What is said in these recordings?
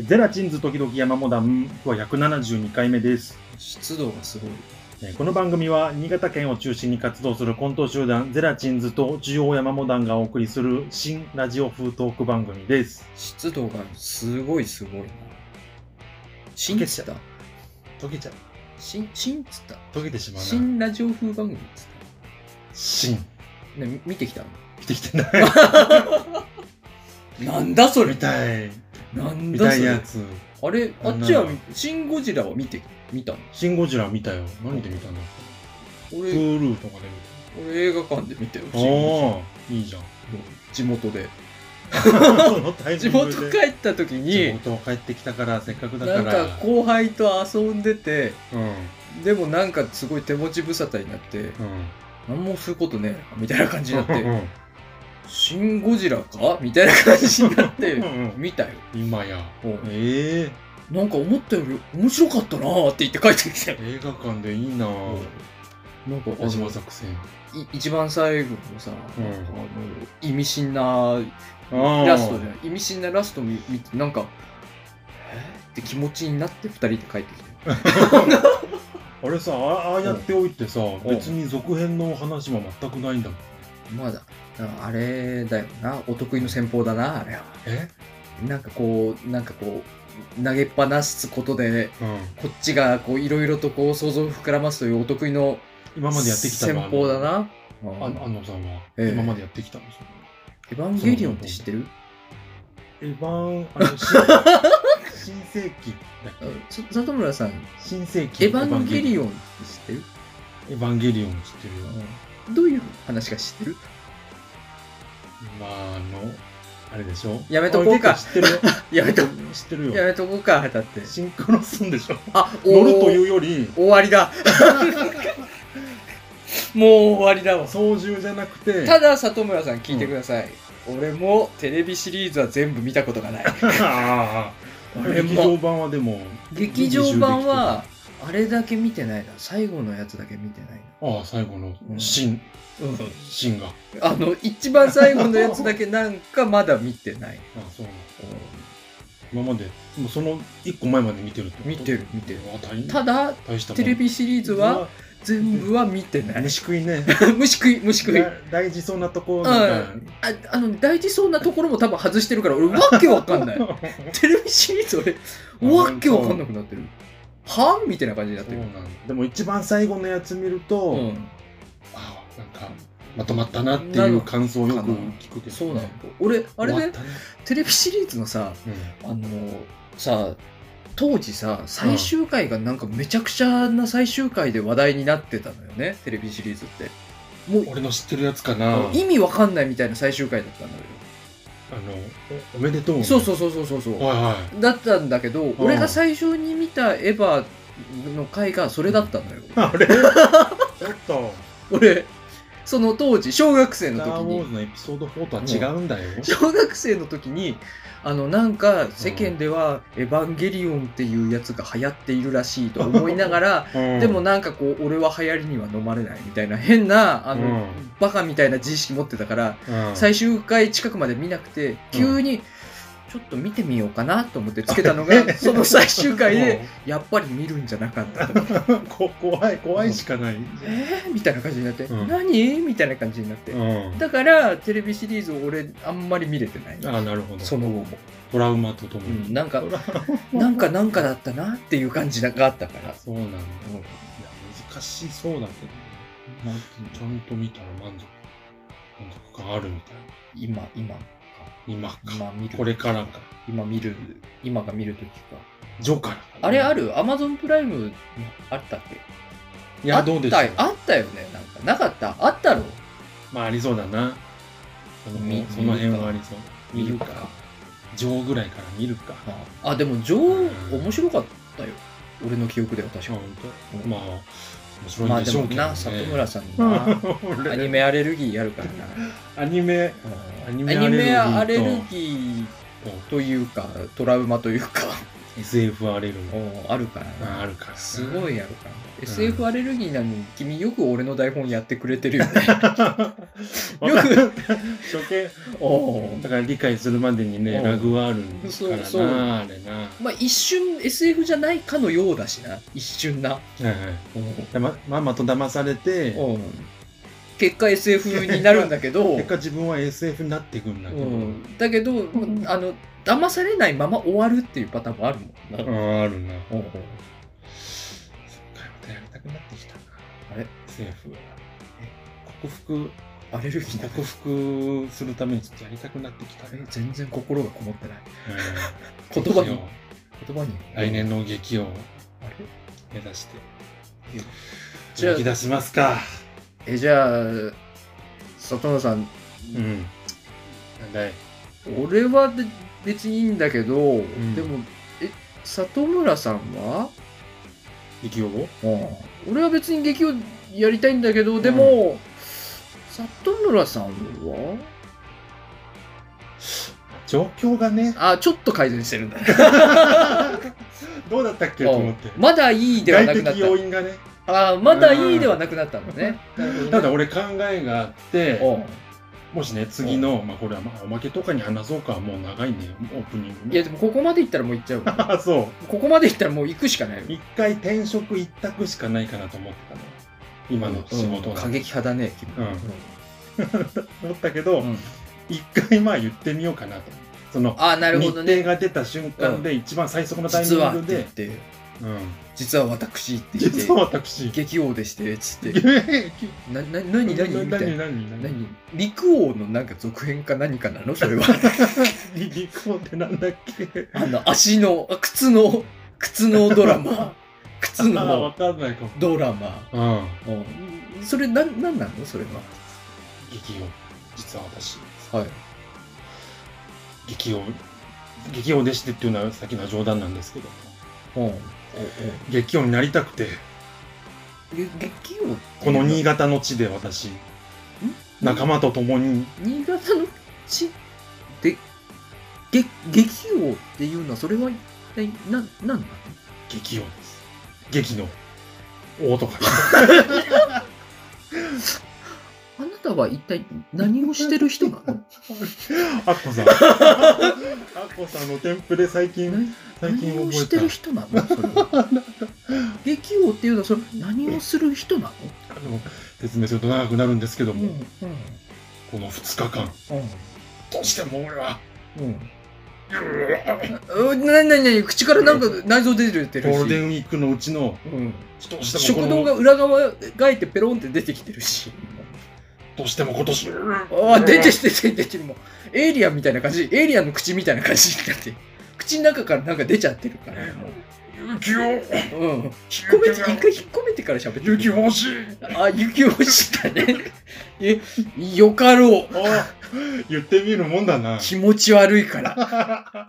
ゼラチンズ時々山モダンは172回目です。 湿度がすごい。 この番組は新潟県を中心に活動するコント集団ゼラチンズと中央山モダンがお送りする新ラジオ風トーク番組です。 湿度がすごいな。新っつった。 溶けちゃう。 新っつった。 溶けてしまうな。 新ラジオ風番組っつった。 新。 ね、見てきたの？ 見てきてない。 なんだそれ。 見たい。 なんだそれ。 見たいやつ。 あれ、あっちはシン・ゴジラは見たの？ シン・ゴジラ見たよ。何で見たの？ 俺、 Hulu とかで見た。俺映画館で見たよ。 ああ、いいじゃん。 地元で。 地元帰った時に、 地元帰ってきたからせっかくだからなんか後輩と遊んでて、 うん、 でもなんかすごい手持ち無沙汰になって、何もすることねえみたいな感じになって、シン・ゴジラかみたいな感じになって見たよ。 今や。 なんか思ったより面白かったなーって言って帰ってきたよ。 映画館でいいなぁ。 なんか小島作戦。 一番最後のさ、意味深なラストじゃん。意味深なラスト見て、なんかって気持ちになって2人で帰ってきて。 あれさ、ああやっておいてさ、別に続編の話は全くないんだもん。 まだあれだよな、お得意の戦法だな、あれは。なんかこう投げっぱなすことで、こっちがこういろいろとこう想像を膨らますというお得意の今までやってきた戦法だな。 安野さんは今までやってきたんですよ。 エヴァンゲリオンって知ってる？ 新世紀だっけ？ 里村さん、 新世紀エヴァンゲリオンって知ってる？ エヴァンゲリオン知ってるよ。 どういう話か知ってる？ まああれでしょ。 やめとこうか。 知ってるよ。 やめと知ってるよ。 やめとこうか。だってシンクロすんでしょ。 乗るというより終わりだ。もう終わりだわ。 操縦じゃなくて。 ただ里村さん聞いてください。俺もテレビシリーズは全部見たことがない。 劇場版はでも。 劇場版はあれだけ見てないな。最後のやつだけ見てないな。 ああ、最後のシンが。 一番最後のやつだけなんかまだ見てない。 ああ、そうなの。今まで、もうその一個前まで見てるってこと？ 見てる。 ただ、テレビシリーズは全部は見てない。 虫食いね。 虫食い。 大事そうなところ大事そうなところも多分外してるから、俺わけわかんない。テレビシリーズ俺、わけわかんなくなってる。はみたいな感じになってる。 でも一番最後のやつ見ると、なんかまとまったなっていう感想をよく聞くけど。 そうなの。俺あれね、テレビシリーズのさ、当時さ、最終回がなんかめちゃくちゃな最終回で話題になってたのよね、テレビシリーズって。 もう俺の知ってるやつかな。 意味わかんないみたいな最終回だったのよ。 おめでとう。 そう。だったんだけど、俺が最初に見たエヴァの回がそれだったのよ。 あれちょっと。 俺、その当時、小学生の時に。 スター・ウォーズのエピソード4とは違うんだよ。 小学生の時に、なんか世間ではエヴァンゲリオンっていうやつが流行っているらしいと思いながら、でもなんかこう、俺は流行りには飲まれないみたいな変な、バカみたいな自意識持ってたから、最終回近くまで見なくて、急に、ちょっと見てみようかなと思ってつけたのが、その最終回で、やっぱり見るんじゃなかったと。 怖いしかない。 みたいな感じになって、何みたいな感じになって。だから、テレビシリーズを俺、あんまり見れてない。 ああ、なるほど。 その後も。 トラウマとともに。 なんかだったなっていう感じがあったから。 そうなんだ。難しそうだけど、ちゃんと見たら満足感あるみたいな。今見る。これからか。 今が見るときか。 ジョから。 あれある？ Amazon プライムあったっけ？ いや、どうでしょう。 あったよね。なんか、なかった？あったろ？ まあ、ありそうだな。その辺はありそう。 見るか。 ジョーぐらいから見るか。 でもジョー面白かったよ。俺の記憶では確かに。 まあ、面白いんでしょうけどね。 まあでもな、里村さんな、アニメアレルギーあるからな。 アニメアレルギーというか、トラウマというか。 SF アレルギー。 あるからな。 あるから。 すごいあるから。SF アレルギーなのに、君よく俺の台本やってくれてるよね。 初見、 おだから理解するまでにね、ラグはあるんですからそうな、あれな。 まあ一瞬 SF じゃないかのようだしな、一瞬な。 はいはい。まんまと騙されて、 結果 SF になるんだけど、 結果自分は SF になっていくんだけど。 だけど、騙されないまま終わるっていうパターンもあるもんな。 あるな。そっか、またやりたくなってきたな。 あれ SF。克服、 アレルギー克服するためにちょっとやりたくなってきた。 全然心がこもってない。言葉に。 来年の劇を目指して。 じゃあ、 動き出しますか。 じゃあ、里野さん。 なんだい。 俺は別にいいんだけど、でも、里村さんは劇を俺は別に劇をやりたいんだけど、でも、里村さんは状況がね。 ちょっと改善してるんだね。 どうだったっけと思って。 まだいいではなくなった。 外的要因がね。 まだいいではなくなったんだね。 ただ俺考えがあって、もしね、次の、これはおまけとかに話そうか、もう長いね、オープニング。 いや、でもここまでいったらもう行っちゃうから。 そう。 ここまでいったらもう行くしかないよ。 一回転職一択しかないかなと思ってたの。今の仕事過激派だね、君。 思ったけど、一回言ってみようかなと。その、 なるほどね。 日程が出た瞬間で、一番最速のタイミングで、実は私って言って、 実は私、 劇王でして、つって。何みたいな。陸王のなんか続編か何かなのそれは。 陸王ってなんだっけ靴のドラマ。靴のドラマ。それ何なのそれは。 劇王。実は私。 はい。 劇王でしてっていうのはさっきの冗談なんですけど。劇王になりたくて。 劇王この新潟の地で私、仲間と共に。 新潟の地で、劇王っていうのは、それは一体何なの？ 劇王です。劇の王とか。 あなたは一体何をしてる人なの？ アッコさん。アッコさんのテンプレ最近覚えた。 何をしてる人なの？それは。劇王っていうのはそれ何をする人なの？ 説明すると長くなるんですけども、この2日間、どうしても俺は、 何口からなんか内臓出てるし、 ゴールデンウィークのうちの、 食道が裏側がいてペロンって出てきてるし、 どうしても今年出てるもうエイリアンみたいな感じ、エイリアンの口みたいな感じになって口の中からなんか出ちゃってるから、 雪を一回引っ込めてから喋ってる。 雪欲しい。 雪欲しいだね。よかろう。 言ってみるもんだな。 気持ち悪いから。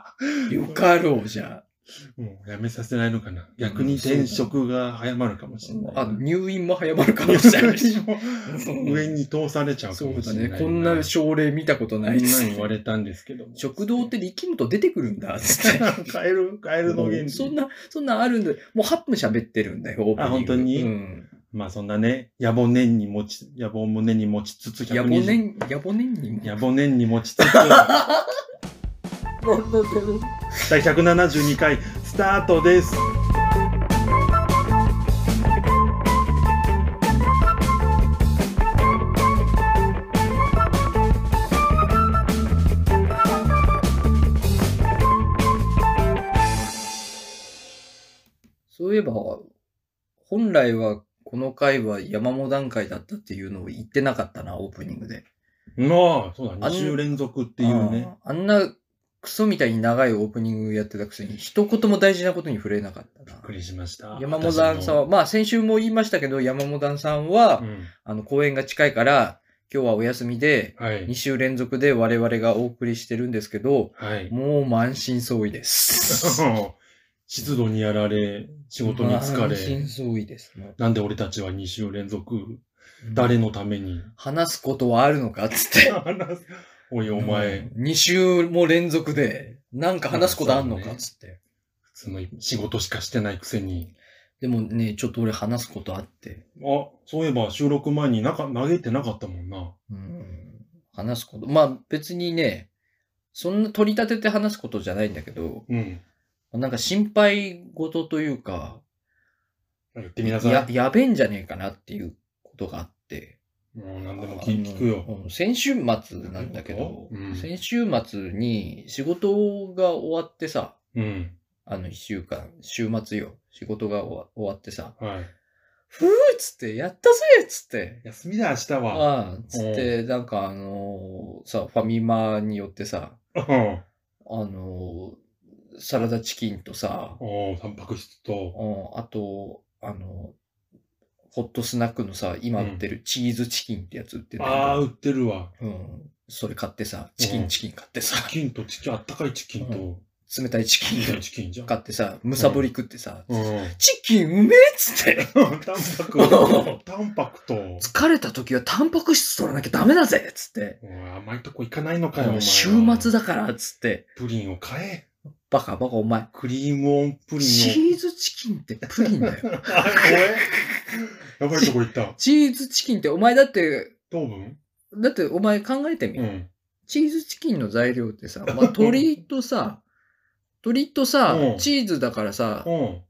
よかろうじゃあ。 もうやめさせないのかな。逆に転職が早まるかもしれない。 入院も早まるかもしれないし。 上に通されちゃうかもしれない。 そうだね。こんな症例見たことないです。 言われたんですけども。 食道って力むと出てくるんだ。つって。 カエルの原理。 そんなあるんだ。もう8分喋ってるんだよ。 本当に？そんなね、野望も根に持ちつつ、 野望念に持ちつつ。 第172回スタートです。 そういえば、本来はこの回は山モ段階だったっていうのを言ってなかったな、オープニングで。 そうだ、2週連続っていうね。 あんなクソみたいに長いオープニングやってたくせに、一言も大事なことに触れなかったな。 びっくりしました。 山モダンさんは、先週も言いましたけど、山モダンさんは、公演が近いから、今日はお休みで、2週連続で我々がお送りしてるんですけど、もう満身創痍です。 湿度にやられ、仕事に疲れ。 満身創痍です。 なんで俺たちは2週連続、誰のために。 話すことはあるのかっつって。 おいお前。 2週も連続で、なんか話すことあんのかっつって。 普通の仕事しかしてないくせに。 でもね、ちょっと俺話すことあって。 そういえば収録前に投げてなかったもんな。 話すこと。まあ別にね、そんな取り立てて話すことじゃないんだけど、なんか心配事というか、 言ってみなさい。 やべえんじゃねえかなっていうことがあって、 もう何でも聞くよ。 先週末なんだけど、先週末に仕事が終わってさ、1週間、週末よ、仕事が終わってさ、ふーっつって、やったぜっつって。 休みだ、明日は。 ああ、つって、なんかさ、ファミマによってさ、サラダチキンとさ、 タンパク質と、 あと、ホットスナックのさ、今売ってるチーズチキンってやつ売ってる。 ああ、売ってるわ。 それ買ってさ、チキン買ってさ。 チキンとあったかいチキンと、 冷たいチキンじゃん買ってさ、むさぼり食ってさ、チキンうめえっつって。 タンパクと。 疲れた時はタンパク質取らなきゃダメだぜっつって。 甘いとこ行かないのかよ、 週末だからっつって。 プリンを買え。 バカお前。 クリームオンプリンを。 チーズチキンってプリンだよ。 やばいとこ行った。 チーズチキンってお前だって、 糖分？ だってお前考えてみ。チーズチキンの材料ってさ、鶏とさ、チーズだからさ、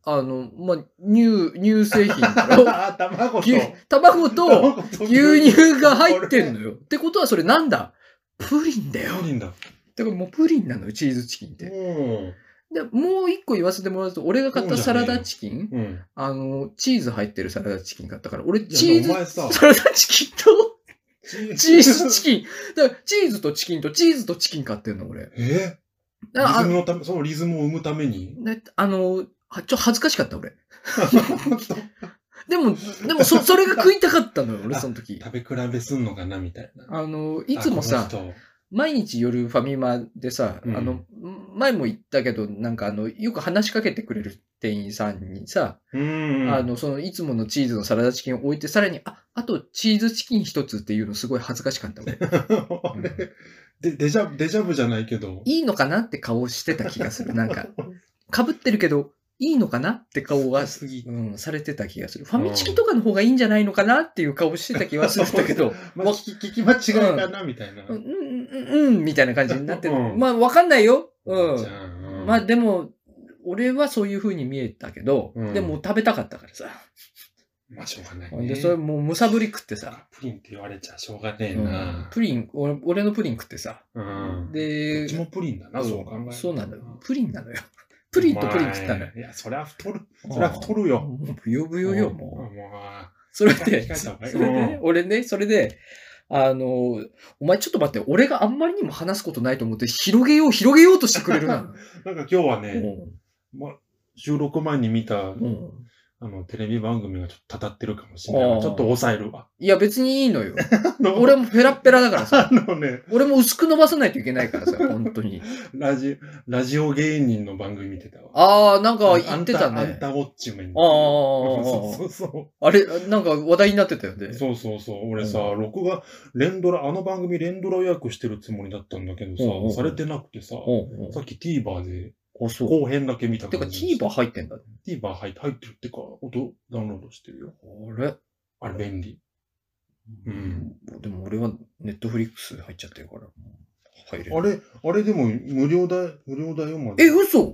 乳製品だろ。卵と牛乳が入ってんのよ。ってことはそれなんだ？プリンだよ。 プリンだ。 だからもうプリンなのよ、チーズチキンって。で、もう一個言わせてもらうと、俺が買ったサラダチキン、チーズ入ってるサラダチキン買ったから、俺チーズ、サラダチキンと、チーズチキン。だからチーズとチキンとチーズとチキン買ってんの、俺。 リズムのため、そのリズムを生むためにちょっと恥ずかしかった、俺。でも、それが食いたかったのよ、俺、その時。 食べ比べすんのかな、みたいな。 いつもさ、毎日夜ファミマでさ、前も言ったけど、なんかよく話しかけてくれる店員さんにさ、いつものチーズのサラダチキンを置いて、さらに、あとチーズチキン一つっていうのすごい恥ずかしかった俺。 デジャブじゃないけど。 いいのかなって顔してた気がする。なんか、被ってるけど、いいのかなって顔が、されてた気がする。ファミチキとかの方がいいんじゃないのかなっていう顔してた気はするんだけど。 聞き間違いかなみたいな。 みたいな感じになってる。まあ、わかんないよ。まあ、でも、俺はそういう風に見えたけど、でも食べたかったからさ。 まあ、しょうがないね。 で、それもうむさぶり食ってさ。 プリンって言われちゃしょうがねえな。 プリン、俺のプリン食ってさ。 で、どっちもプリンだな、そう考えると。 そうなのよ。プリンなのよ。プリンとプリン食ったのよ。 いや、そりゃ太るよ。 ブヨブヨよ、もう。それで、俺ね、それで、お前ちょっと待って、俺があんまりにも話すことないと思って広げようとしてくれるな。 なんか今日はね、収録前に見た、テレビ番組がちょっとたたってるかもしれない。ちょっと抑えるわ。 いや、別にいいのよ。俺もペラッペラだからさ。俺も薄く伸ばさないといけないからさ、本当に。 ラジオ芸人の番組見てたわ。 なんか言ってたね。 アンタウォッチメン。 そう。あれ、なんか話題になってたよね。 そう。俺さ、録画、あの番組連ドラ予約してるつもりだったんだけどさ、されてなくてさ、さっき TVer で、後編だけ見た感じ。てか TVer 入ってんだね。 TVer 入ってるってか、音ダウンロードしてるよ。あれ便利。 でも俺は Netflix 入っちゃってるから。入れる。 あれでも無料だよ、まだ。嘘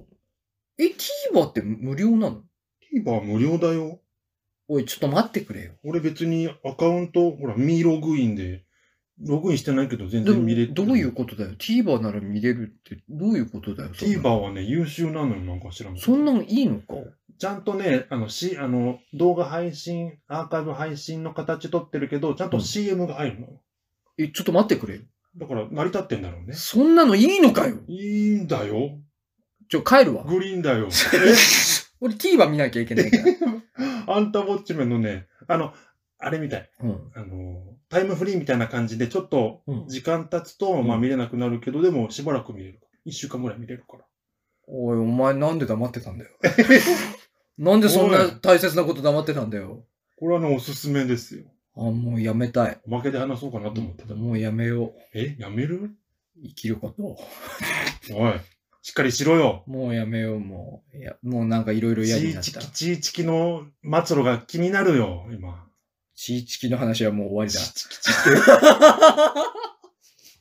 TVer って無料なの？ TVer 無料だよ。 おい、ちょっと待ってくれよ。 俺別にアカウント、ほら、ログインで、ログインしてないけど全然見れる。 どういうことだよ。TVer なら見れるってどういうことだよ。 TVer はね、優秀なのよ、なんか知らんけど。 そんなのいいのか？ ちゃんとね、動画配信、アーカイブ配信の形取ってるけど、ちゃんと CM が入るのよ。 ちょっと待ってくれよ。 だから成り立ってんだろうね。 そんなのいいのかよ。 いいんだよ。 帰るわ。 グリーンだよ。 俺 TVer 見なきゃいけないから。 アンタウォッチメンのね、あれみたい。タイムフリーみたいな感じで、ちょっと時間経つと、見れなくなるけど、でもしばらく見れる。1週間ぐらい見れるから。 おい、お前なんで黙ってたんだよ。なんでそんな大切なこと黙ってたんだよ。 これはね、おすすめですよ。 もうやめたい。 おまけで話そうかなと思ってた。 もうやめよう。やめる？ 生きること。 おい、しっかりしろよ。 もうやめよう、もう。いや、もうなんかいろいろ嫌になった。 チーチキの末路が気になるよ、今。 チーチキの話はもう終わりだ。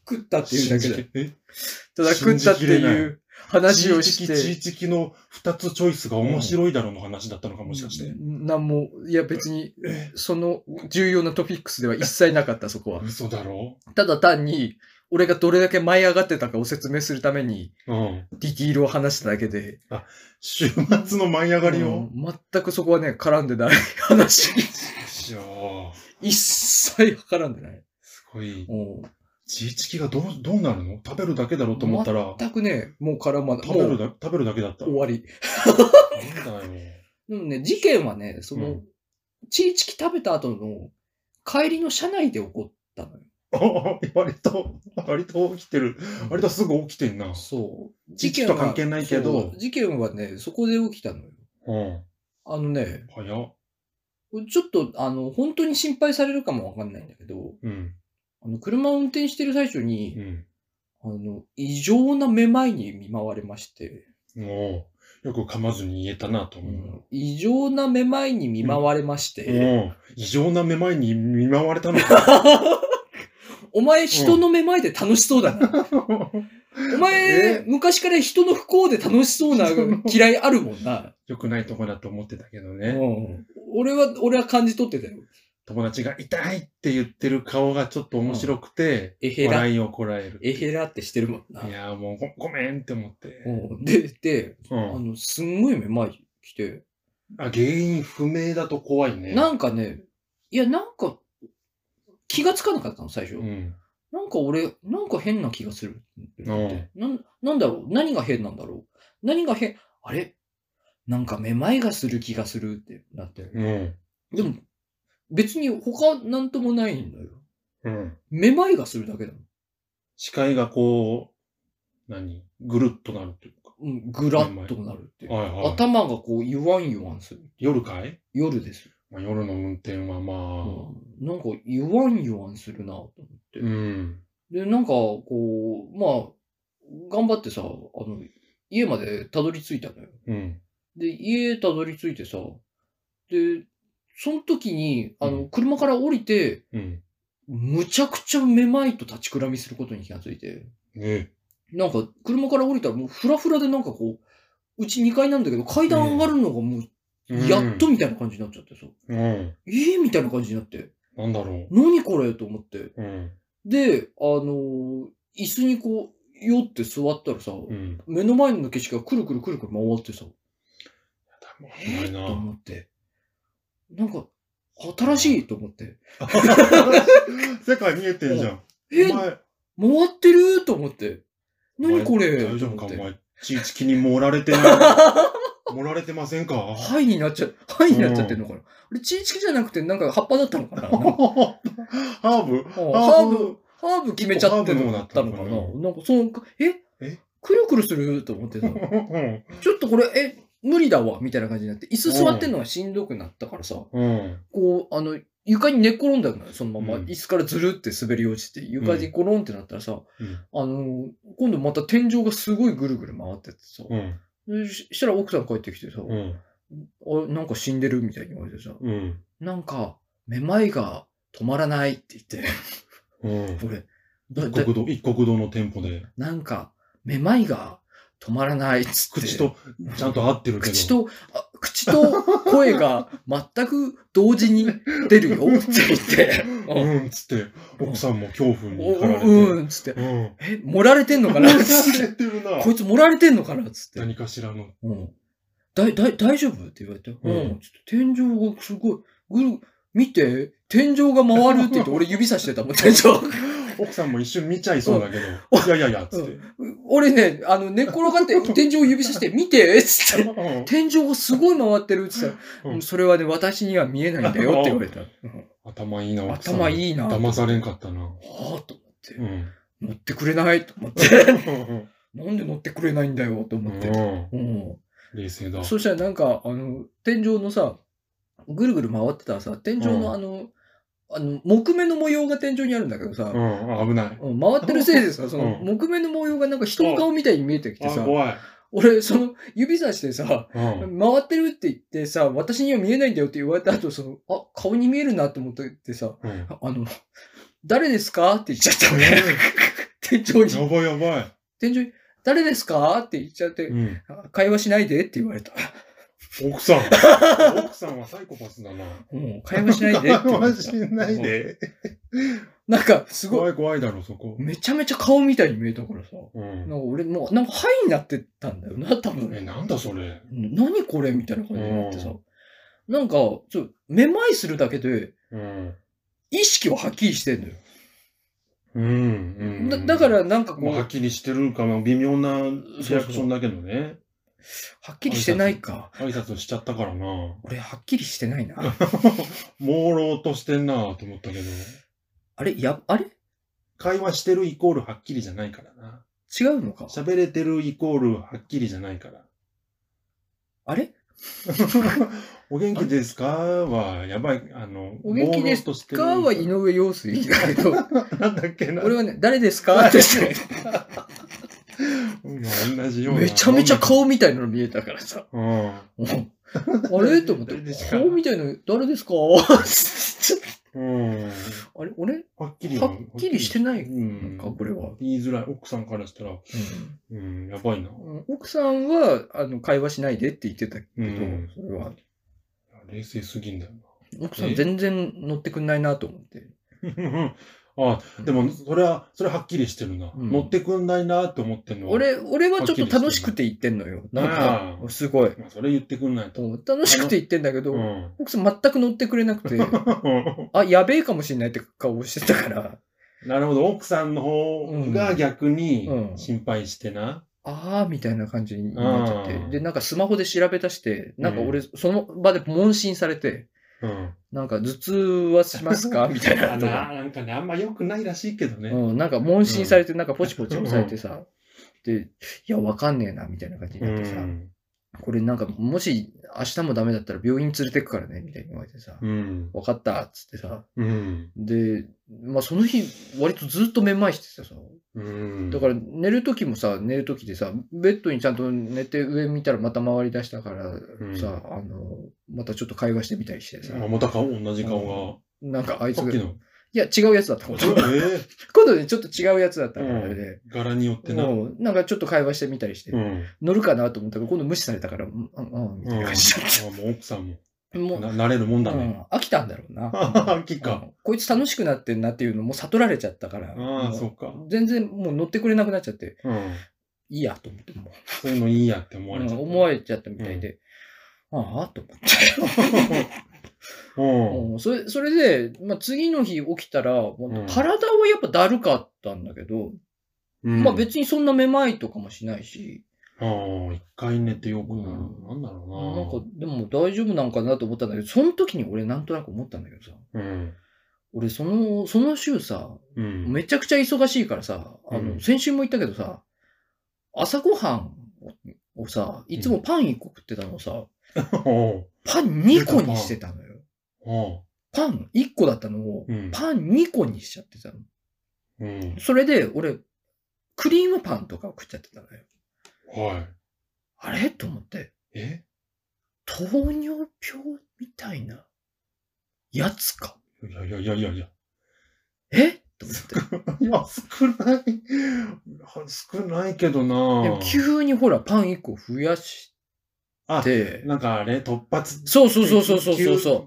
食ったっていうだけで。 えただ食ったっていう話をして。 チーチキの2つチョイスが面白いだろうの話だったのかもしかして。 なんも、いや別に、その重要なトピックスでは一切なかった、そこは。 嘘だろ？ ただ単に、俺がどれだけ舞い上がってたかを説明するために、ディティールを話しただけで。 週末の舞い上がりを、 全くそこはね、絡んでない話。一切絡んでない。 すごい。チーチキがどうなるの？食べるだけだろうと思ったら。 全くね、もう絡まない。 食べるだけだった。 終わり。 なんだよ。 でもね、事件はね、チーチキ食べた後の帰りの車内で起こったのよ。 割と起きてる。割とすぐ起きてんな。 そう。 事件と関係ないけど。 事件はね、そこで起きたのよ。早っ。ちょっと、本当に心配されるかもわかんないんだけど、車を運転してる最中に、異常なめまいに見舞われまして。 よく噛まずに言えたなと思う。 異常なめまいに見舞われまして。 異常なめまいに見舞われたのか。 お前、人のめまいで楽しそうだな。お前、昔から人の不幸で楽しそうな嫌いあるもんな。 良くないとこだと思ってたけどね。 俺は感じ取ってたよ。 友達が痛いって言ってる顔がちょっと面白くて、笑いをこらえる。 えへらってしてるもんな。 いや、もうごめんって思って。 で、すんごいめまい来て。 原因不明だと怖いね。 なんかね、気がつかなかったの、最初。なんか変な気がする。なんだろう？何が変なんだろう？あれ？なんかめまいがする気がするってなって。でも、別に他なんともないんだよ。めまいがするだけだの。 視界がこう、ぐるっとなるっていうか。 ぐらっとなるっていう。頭がこう、ゆわんする。 夜かい？ 夜です。 夜の運転はまあ、 なんかゆわんするなと思って。で、なんかこう、頑張ってさ、家までたどり着いたのよ。で、家たどり着いてさ、で、その時に、車から降りて、むちゃくちゃめまいと立ちくらみすることに気がついて、なんか、車から降りたらもうフラフラでなんかこう、うち2階なんだけど、階段上がるのがもう、やっとみたいな感じになっちゃってさ。みたいな感じになって。 なんだろう。 何これと思って。で、椅子にこう、酔って座ったらさ、目の前の景色がくるくるくるくる回ってさ。と思って。なんか、新しいと思って。 世界見えてんじゃん。 回ってると思って。何これ大丈夫かお前。チーチキに盛られて盛られてませんか？ はいになっちゃってんのかな。俺、チーチキじゃなくて、なんか葉っぱだったのかな。 ハーブ決めちゃってるのだったのかな。なんか、くるくるすると思ってさ。ちょっとこれ、無理だわ、みたいな感じになって。椅子座ってんのがしんどくなったからさ。こう、床に寝っ転んだのよ、そのまま。椅子からずるって滑り落ちて、床にゴロンってなったらさ、今度また天井がすごいぐるぐる回ってってさ。したら奥さん帰ってきてさ、なんか死んでるみたいに言われてさ、なんか、めまいが止まらないって言って、俺、 一国堂の店舗で。 なんか、めまいが止まらないっつって。 口と、ちゃんと合ってるけど。口と声が全く同時に出るよって言って。 つって、奥さんも恐怖に駆られて。 つって。盛られてんのかなこいつ盛られてんのかなつって。 何かしらの。 大丈夫って言われて。ちょっと天井がすごい、見て、天井が回るって言って俺指さしてたもん、天井。 奥さんも一瞬見ちゃいそうだけど、いや、つって。 俺ね、寝っ転がって天井を指さして、見てつって。天井がすごい回ってるって言ったら、それはね、私には見えないんだよって言われた。 頭いいな、奥さん。 頭いいな。 騙されんかったな。 はぁと思って。乗ってくれないと思って。なんで乗ってくれないんだよと思って。 冷静だ。 そしたらなんか、天井のさ、ぐるぐる回ってたらさ、天井の木目の模様が天井にあるんだけどさ、 危ない。 回ってるせいでさ、その木目の模様がなんか人の顔みたいに見えてきてさ、 怖い。 俺、指さしてさ、回ってるって言ってさ、私には見えないんだよって言われた後、顔に見えるなと思ってさ、誰ですかって言っちゃったね。 店長に、 やばいやばい。 店長に、誰ですかって言っちゃって、 うん。 会話しないでって言われた。 奥さん。奥さんはサイコパスだな。 会話しないでって言会われた。 話しないで。 なんか、すごい。 怖い怖いだろ、そこ。 めちゃめちゃ顔みたいに見えたからさ。 うん。 なんか俺、もう、なんか、ハイになってたんだよな、多分。 なんだそれ。 何これみたいな感じになってさ。なんか、めまいするだけで、意識ははっきりしてんのよ。だからなんかこう。 はっきりしてるかも、微妙なリアクションだけどね。 はっきりしてないか。 挨拶しちゃったからな。 俺、はっきりしてないな。 朦朧としてんなと思ったけど。 あれ会話してるイコールはっきりじゃないからな。 違うのか。 喋れてるイコールはっきりじゃないから。 あれお元気ですかは、やばい、 お元気ですかは井上陽水だけど、 なんだっけな。 俺はね、誰ですかって言って。 同じような。 めちゃめちゃ顔みたいなの見えたからさ。 うん。 あれと思って、顔みたいなの誰ですかうん。 あれ俺はっきりしてないのか、これは。 言いづらい。奥さんからしたら、やばいな。 奥さんは、会話しないでって言ってたけど、それは。 冷静すぎんだよな。奥さん全然乗ってくんないなと思って。 でも、それはっきりしてるな。乗ってくんないなって思ってんのは。 俺はちょっと楽しくて言ってんのよ。なんか、すごい。 それ言ってくんないと。 楽しくて言ってんだけど、奥さん全く乗ってくれなくて、やべえかもしれないって顔してたから。 なるほど。奥さんの方が逆に心配してな。 みたいな感じになっちゃって。で、なんかスマホで調べ出して、なんか俺、その場で問診されて、なんか頭痛はしますかみたいな。 なんかね、あんま良くないらしいけどね。 なんか問診されて、なんかポチポチ押されてさ、で、いや、わかんねえな、みたいな感じになってさ、これなんか、もし明日もダメだったら病院連れてくからね、みたいに言われてさ、わかった、っつってさ、で、まあその日、割とずっとめまいしてさ、だから寝る時もさ、寝る時でさ、ベッドにちゃんと寝て上見たらまた回り出したからさ、またちょっと会話してみたりしてさ。 また同じ顔が。なんかあいつが。 いや、違うやつだった。今度ね、ちょっと違うやつだったからね。 柄によってな。 なんかちょっと会話してみたりして。乗るかなと思ったけど、今度無視されたから、みたいな感じだった。 もう奥さんも。慣れるもんだね。 飽きたんだろうな。 飽きか。 こいつ楽しくなってんなっていうのも悟られちゃったから。 そうか。 全然もう乗ってくれなくなっちゃって。いいやと思って。 そういうのいいやって思われちゃった。 思われちゃったみたいで。と思って。それで、まあ、次の日起きたら、体はやっぱだるかったんだけど、まあ別にそんなめまいとかもしないし。 一回寝てよくなる。なんだろうな。 なんか、でも大丈夫なんかなと思ったんだけど、その時に俺なんとなく思ったんだけどさ。俺その週さ、めちゃくちゃ忙しいからさ、先週も言ったけどさ、朝ごはんをさ、いつもパン1個食ってたのをさ、パン2個にしてたのよ。パン1個だったのを、パン2個にしちゃってたの。それで、俺、クリームパンとかを食っちゃってたのよ。あれと思って。糖尿病みたいなやつか。 いや。 と思って。 いや、少ないけどな。 でも急にほら、パン1個増やしてなんかあれ、突発。 そう。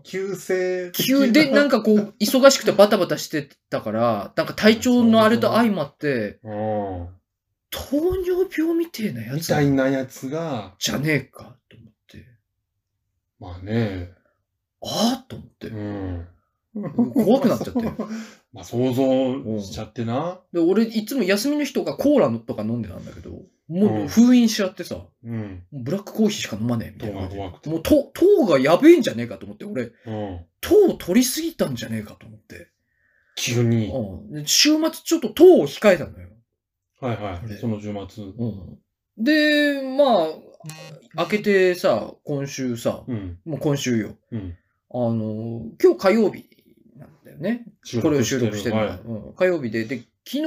急性。 で、なんかこう、忙しくてバタバタしてたから、なんか体調のあれと相まって、糖尿病みたいなやつ。 みたいなやつが。 じゃねえか、と思って。 まあね。 と思って。怖くなっちゃって。 まあ想像しちゃってな。 で、俺いつも休みの日とかコーラとか飲んでたんだけど、もう封印しちゃってさ、ブラックコーヒーしか飲まねえみたいな。もう糖がやべえんじゃねえかと思って、俺、糖取りすぎたんじゃねえかと思って。 急に。 週末ちょっと糖を控えたのよ。その週末。で、まあ、明けてさ、今週さ、もう今週よ。今日火曜日なんだよね。これを収録してるのは。火曜日で、昨日、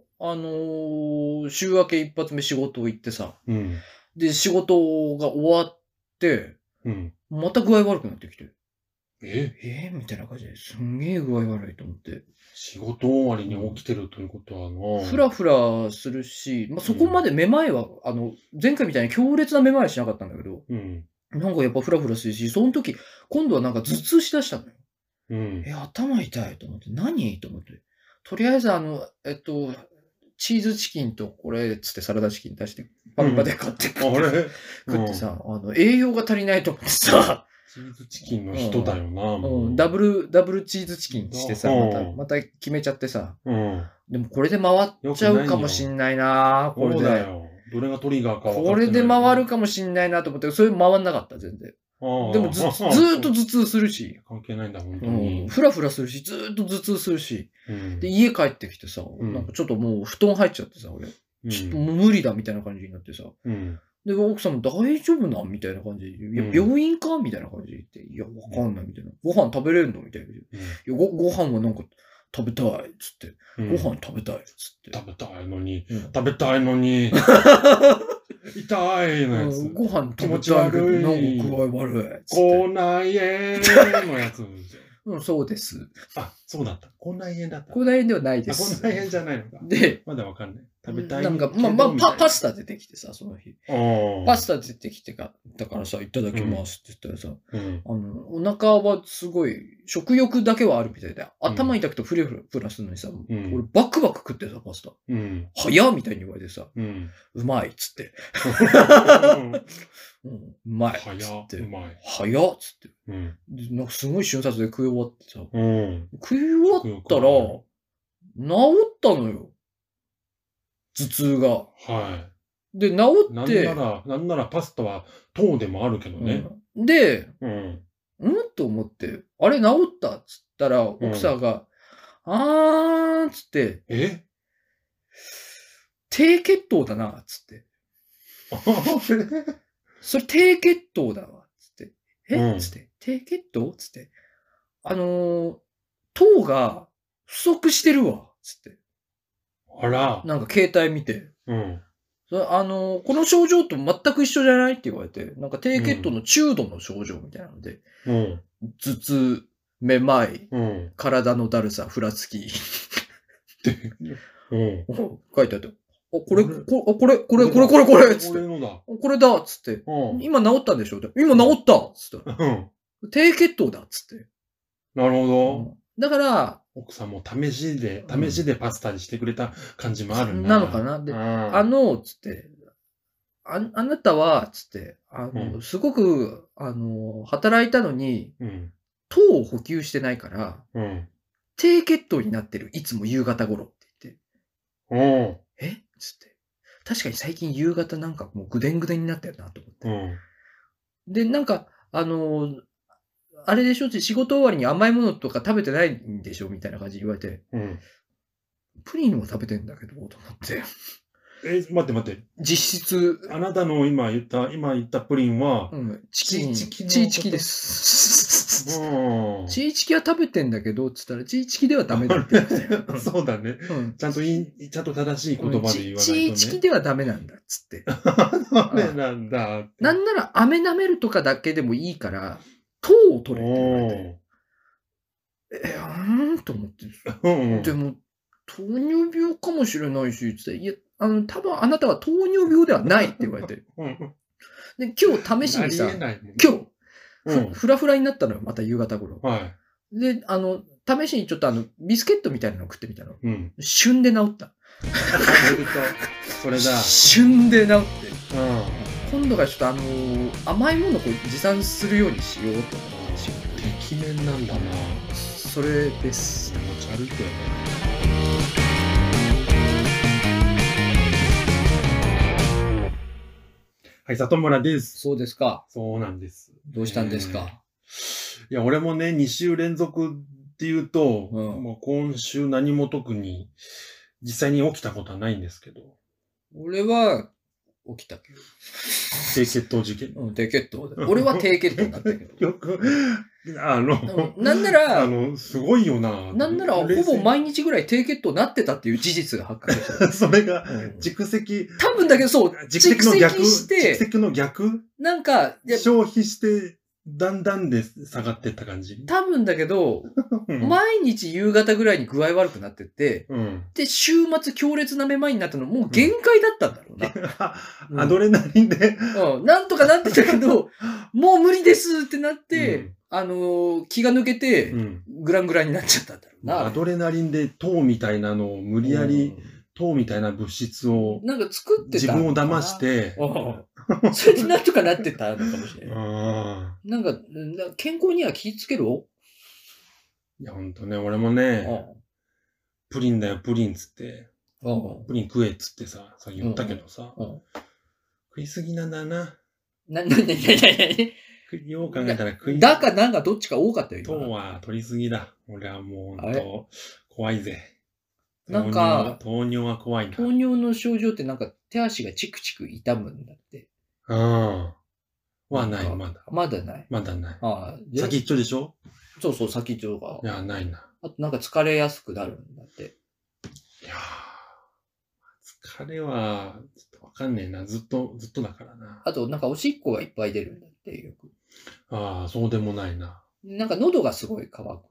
週明け一発目仕事行ってさ、で、仕事が終わって、また具合悪くなってきて。 みたいな感じで、すんげえ具合悪いと思って。 仕事終わりに起きてるということはフラフラするし、まあ、そこまでめまいは、前回みたいに強烈なめまいはしなかったんだけど、なんかやっぱフラフラするし、その時、今度はなんか頭痛しだしたのよ。頭痛いと思って、何と思って。とりあえずチーズチキンとこれ、つってサラダチキン出して、パンパで買って食ってさ、栄養が足りないと思ってさ、 チーズチキンの人だよな、 ダブルチーズチキンしてさ、また決めちゃってさ、でもこれで回っちゃうかもしんないなこれで。 どれがトリガーか分かこれで回るかもしんないなと思って、それ回んなかった、全然。でもずーっと頭痛するし。 関係ないんだ、本当に。 ふらふらするし、ずーっと頭痛するし。で、家帰ってきてさ、なんかちょっともう布団入っちゃってさ、俺。ちょっともう無理だみたいな感じになってさ。で、奥さんも大丈夫なんみたいな感じで。いや、病院かみたいな感じで言って。いや、わかんないみたいな。ご飯食べれるのみたいな。いや、ご飯はなんか食べたいっつって。ご飯食べたいっつって。 食べたいのに。痛いのやつ。 ご飯食べたいけど、なんか具合悪いっつって。 口内炎のやつ。 そうです。 あ、そうだった。口内炎だった。 口内炎ではないです。 口内炎じゃないのか。 で、 まだわかんない。食べたい。 なんか、パスタ出てきてさ、その日。パスタ出てきてだからさ、いただきますって言ったらさ、お腹はすごい、食欲だけはあるみたいで、頭痛くてフレフラするのにさ、俺バクバク食ってさ、パスタ。早っみたいに言われてさ、うまいっつって。うまいっつって。早っつって。なんかすごい瞬殺で食い終わってさ、食い終わったら、治ったのよ。頭痛が。 はい。 で、治って。 なんならパスタは糖でもあるけどね。 で、と思って、あれ治ったっつったら、奥さんが、っつって、低血糖だな、っつって。それ低血糖だわ、つって。つって。低血糖つって。糖が不足してるわ、つって。 あら。 なんか携帯見て。この症状と全く一緒じゃないって言われて、なんか低血糖の中度の症状みたいなので、頭痛、めまい、体のだるさ、ふらつき。書いてあって。これ、つって。これだ、つって。今治ったんでしょ今治ったつって。低血糖だ、つって。 なるほど。 だから、 奥さんも試しでパスタにしてくれた感じもあるなのかなで、つって、あなたは、つって、すごく、働いたのに、糖を補給してないから、低血糖になってる、いつも夕方頃って言って。つって。確かに最近夕方なんかもうぐでんぐでんになったよな、と思って。で、なんか、あれでしょ仕事終わりに甘いものとか食べてないんでしょみたいな感じで言われて。プリンは食べてんだけど、と思って。 待って。 実質。 あなたの今言ったプリンは、 チーチキです。チーチキは食べてんだけど、つったら、チーチキではダメだって言って。 そうだね。ちゃんと正しい言葉で言わないとね。 チーチキではダメなんだ、つって。 ダメなんだ。 なんなら、飴舐めるとかだけでもいいから、糖を取れって言われて。と思って。でも、糖尿病かもしれないし、つって。いや、多分あなたは糖尿病ではないって言われて。で、今日試しにさ、フラフラになったのよ、また夕方頃。で、試しにちょっとビスケットみたいなの食ってみたの。旬で治った。 それだ。 旬で治って。今度からちょっと甘いものを持参するようにしようと思って。 てきめんなんだな。 それです。 持ち歩いてよね。はい、里村です。 そうですか。 そうなんです。 どうしたんですか。 いや、俺もね、2週連続っていうと、もう今週何も特に実際に起きたことはないんですけど。 俺は起きたけど。 低血糖事件。 低血糖で。俺は低血糖になったけど。 よく、 なんなら、 すごいよな。 なんなら、ほぼ毎日ぐらい低血糖になってたっていう事実が発覚した。 それが、蓄積。 多分だけど、そう、 蓄積の逆なんか、消費して、 だんだんで下がってった感じ。 多分だけど、 うん毎日夕方ぐらいに具合悪くなってって、 うん。 で、週末強烈なめまいになったのもう限界だったんだろうな。うんアドレナリンで。 うん、なんとかなってたけど、もう無理ですってなって、気が抜けて、グラングランになっちゃったんだろうな。 アドレナリンで糖みたいなのを無理やり、糖みたいな物質をなんか作ってた自分を騙して、 それでなんとかなってたのかもしれない。 あなんか、健康には気ぃつけろ。 いや、ほんとね、俺もね、プリンだよ、プリンつって、プリン食えっつってさ言ったけどさ、食いすぎなんだな。よう考えたら食いすぎ。 だかなんかどっちか多かったよ、 糖は取りすぎだ。俺はもうほんと、怖いぜ。 なんか、 糖尿は怖いな。 糖尿の症状ってなんか手足がチクチク痛むんだって。 はない、まだ。 まだない。 まだない。 ああ、 先っちょでしょ？ そうそう、先っちょが。 いや、ないな。 あとなんか疲れやすくなるんだって。 いやー、疲れは、ちょっとわかんねえな。ずっとだからな。 あとなんかおしっこがいっぱい出るんだって、よく。 ああ、そうでもないな。 なんか喉がすごい乾くんだって。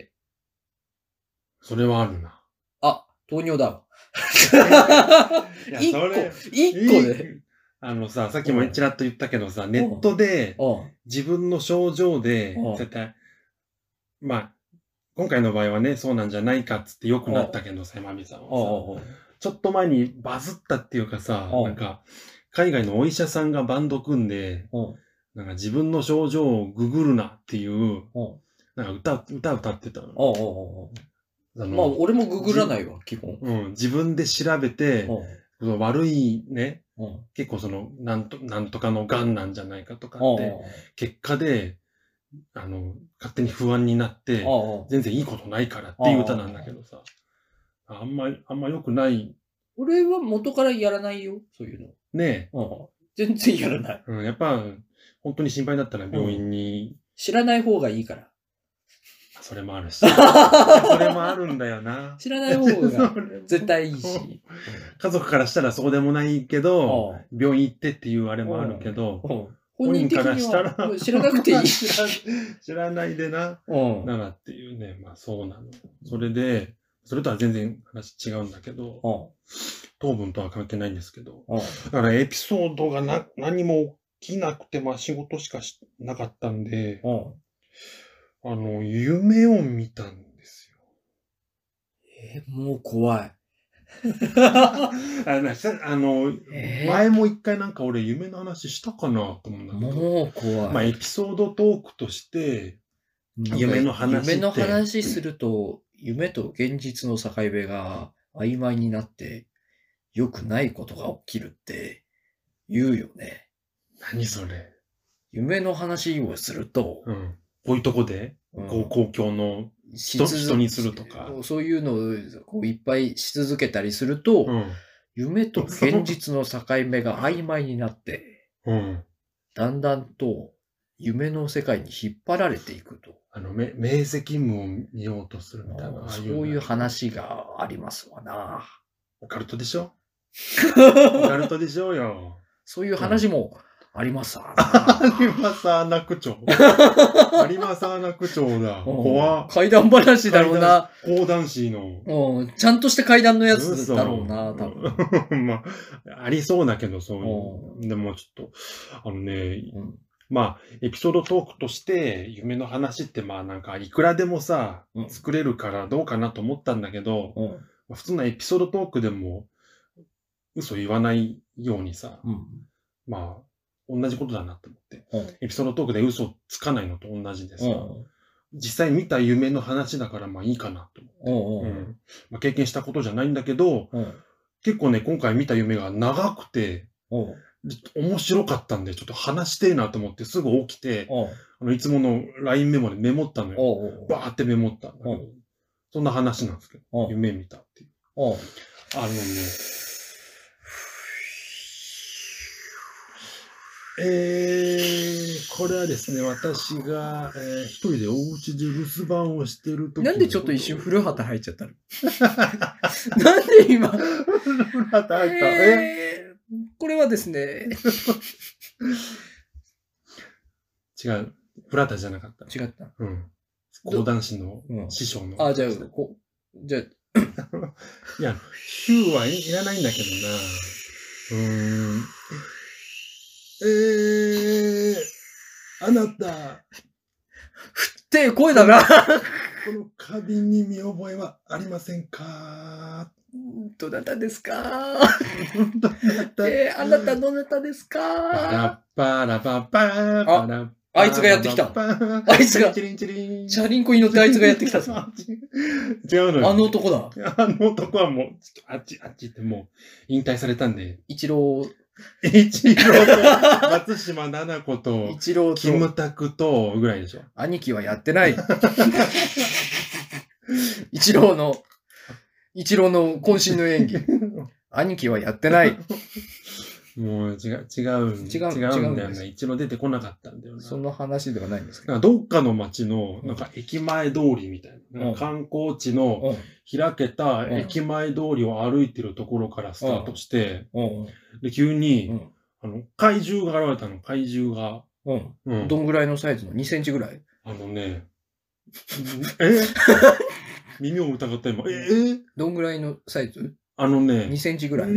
それはあるな。 あ、糖尿だわ。 一個で。 さっきもちらっと言ったけどさ、ネットで自分の症状で、絶対、まあ、今回の場合はね、そうなんじゃないかっつって良くなったけどさ、まみさんはさ、ちょっと前にバズったっていうかさ、なんか、海外のお医者さんがバンド組んで、なんか自分の症状をググるなっていう、なんか歌ってたの。 まあ、俺もググらないわ、基本。 自分で調べて、悪いね、結構なんとかの癌なんじゃないかとかって、結果で、勝手に不安になって、全然いいことないからっていう歌なんだけどさ、あんま良くない。 俺は元からやらないよ、そういうの。 ねえ。全然やらない。 やっぱ、本当に心配だったら病院に。 知らない方がいいから。 それもあるし。それもあるんだよな。 知らない方が絶対いいし。 家族からしたらそうでもないけど、病院行ってっていうあれもあるけど、本人からしたら知らなくていい。 知らないでな。ならっていうね、まあそうなの。それで、それとは全然話違うんだけど、糖分とは関係ないんですけど、だからエピソードが何も起きなくて、まあ仕事しかなかったんで、夢を見たんですよ。もう怖い。 前も一回なんか俺夢の話したかなと思うんだけど。 もう怖い。 まあエピソードトークとして、夢の話すると、夢と現実の境目が曖昧になって、良くないことが起きるって言うよね。 何それ？ 夢の話をすると、 こういうとこで、公共の人にするとか。 そういうのをこういっぱいし続けたりすると、夢と現実の境目が曖昧になって、だんだんと夢の世界に引っ張られていくと。 明晰夢を見ようとするみたいな。 そういう話がありますわな。 オカルトでしょ？オカルトでしょうよ。 そういう話もありますわ。 ありますアナ区長。ありますアナ区長だ。怖っ。 怪談話だろうな。 講談師の。 ちゃんとした怪談のやつだろうな、多分。 まあ、ありそうだけど、そういう。でもちょっと、まあ、エピソードトークとして、夢の話って、まあなんか、いくらでもさ、作れるからどうかなと思ったんだけど、普通のエピソードトークでも、嘘言わないようにさ、まあ、同じことだなと思って。エピソードトークで嘘つかないのと同じでさ、実際見た夢の話だからまあいいかなと思って。まあ、経験したことじゃないんだけど、結構ね、今回見た夢が長くて、面白かったんで、ちょっと話してえなと思ってすぐ起きて、いつもの LINE メモでメモったのよ。バーってメモったんだけど、そんな話なんですけど、夢見たっていう。これはですね、私が、一人でお家で留守番をしてるとき。 なんでちょっと一瞬古畑入っちゃったのなんで今古畑入った。 これはですね。 違う。 プラタじゃなかった。 違った。 うん。講談師の師匠の。 あ、じゃあ、じゃあ。 いや、ヒューはいらないんだけどな。あなた。 ふって声だな。 この花瓶に見覚えはありませんか？ どなたですか？ああなたどなたですか？ パラパラパパーパラあいつがやってきた。あいつが、チャリンコに乗ってあいつがやってきたぞ。 違うのよ。 あの男だ。 あの男はもう、あっちってもう、引退されたんで。 一郎と、 松島奈々子と、 一郎と、 キムタクと、ぐらいでしょ。 兄貴はやってない。一郎の渾身の演技。兄貴はやってない。 もう違うんだよね。一郎出てこなかったんだよね。 その話ではないんですけど。 どっかの街の、なんか駅前通りみたいな。観光地の開けた駅前通りを歩いてるところからスタートして、で、急に、怪獣が現れたの、怪獣が。 どんぐらいのサイズの ?2 センチぐらい？ 耳を疑った今。 どんぐらいのサイズ ？2 センチぐらい。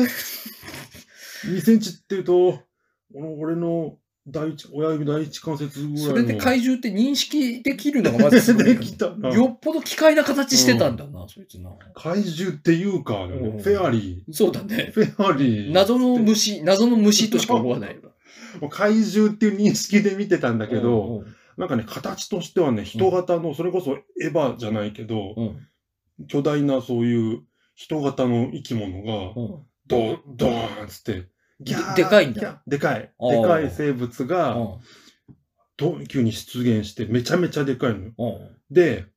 2センチって言うと、俺の親指第一関節ぐらいの。 それで怪獣って認識できるのがまずすごい。できたな。よっぽど奇怪な形してたんだな、そいつな。 怪獣っていうか、フェアリー。 そうだね。 フェアリー。 謎の虫としか思わないわ。怪獣っていう認識で見てたんだけど、なんかね、形としてはね、人型の、それこそエヴァじゃないけど、巨大なそういう人型の生き物が、ドーンつって、 でかいんだ。 でかい生物が、急に出現して、めちゃめちゃでかいのよ。で、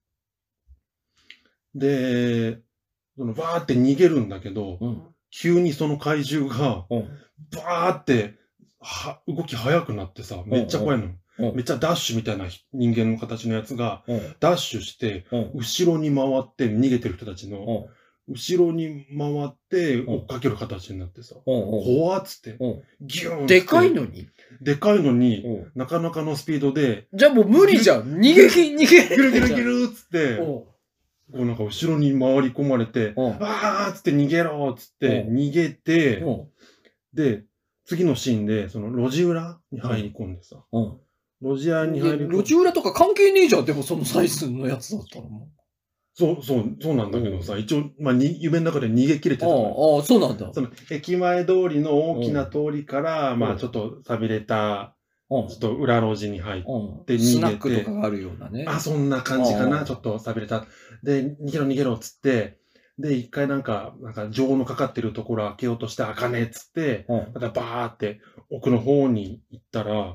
バーって逃げるんだけど、急にその怪獣が、バーって、動き速くなってさ、めっちゃ怖いの。めっちゃダッシュみたいな人間の形のやつが、ダッシュして、後ろに回って逃げてる人たちの、後ろに回って追っかける形になってさ、怖っつって、ギューンって。 でかいのに、 なかなかのスピードで、 じゃあもう無理じゃん。逃げギルっつって、こうなんか後ろに回り込まれて、あーっつって逃げろっつって逃げて、で、次のシーンで、その路地裏に入り込んでさ、路地裏とか関係ねえじゃん、でもそのサイズのやつだったらもう。 そうなんだけどさ、一応、夢の中で逃げ切れてたから。 そうなんだ。 その、駅前通りの大きな通りから、ちょっと寂れた、ちょっと裏路地に入って逃げて。 スナックとかがあるようなね。 そんな感じかな、ちょっと寂れた。で、逃げろっつって、で、一回なんか情のかかってるところ開けようとして開かねえっつって、またバーって奥の方に行ったら、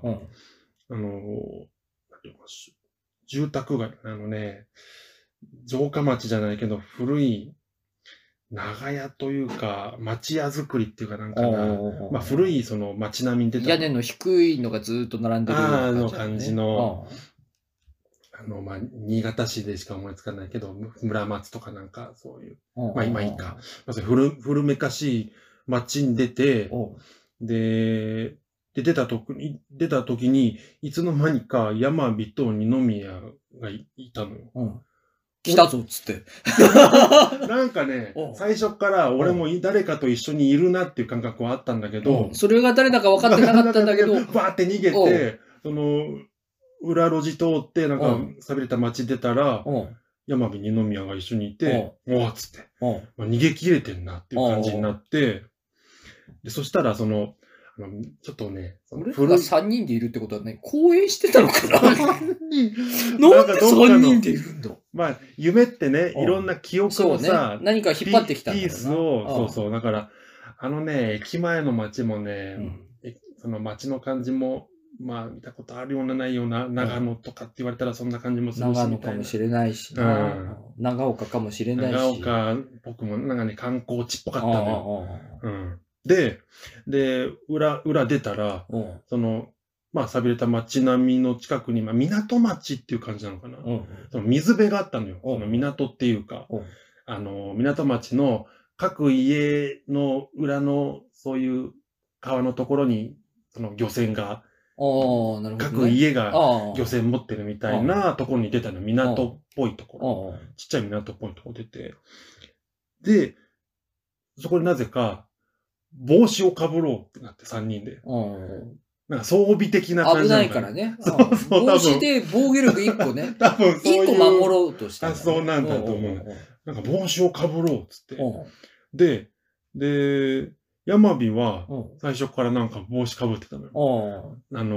住宅街、城下町じゃないけど、古い長屋というか、町屋作りっていうかなんかな、古いその町並みに出た。 屋根の低いのがずっと並んでるような感じの、新潟市でしか思いつかないけど、村松とかなんかそういう。今いいか。古めかしい町に出て、で、出た時に、いつの間にか山火と二宮がいたのよ。 来たぞっつって。 なんかね、最初から俺も誰かと一緒にいるなっていう感覚はあったんだけど、 それが誰だか分かってなかったんだけど、 バーって逃げて、その、裏路地通って、なんか、寂れた街出たら、山火二宮が一緒にいて、おーっつって、逃げ切れてんなっていう感じになって、で、そしたら、その、ちょっとね、 俺らが3人でいるってことはね、公演してたのかななんで3人でいるんだ夢ってね、いろんな記憶をさ、 何か引っ張ってきたんだピースを、だから、駅前の街もね、その街の感じも、見たことあるようなないような、長野とかって言われたらそんな感じもするし。 長野かもしれないし、長岡かもしれないし。 長岡、僕もなんかね、観光地っぽかったのよ。で、裏出たら、その、寂れた街並みの近くに、港町っていう感じなのかな。その水辺があったのよ。その港っていうか、港町の各家の裏のそういう川のところに、その漁船がああ、なるほど、ね。 各家が漁船持ってるみたいなところに出たの。港っぽいところ。ちっちゃい港っぽいところ出て。で、そこでなぜか、帽子をかぶろうってなって3人で。なんか装備的な感じ危ないからね。 そうそう、 帽子で防御力1個ね。 多分そういう。 1個守ろうとしてる。そうなんだと思う。なんか帽子をかぶろうっつって。で、山火は最初からなんか帽子かぶってたのよ。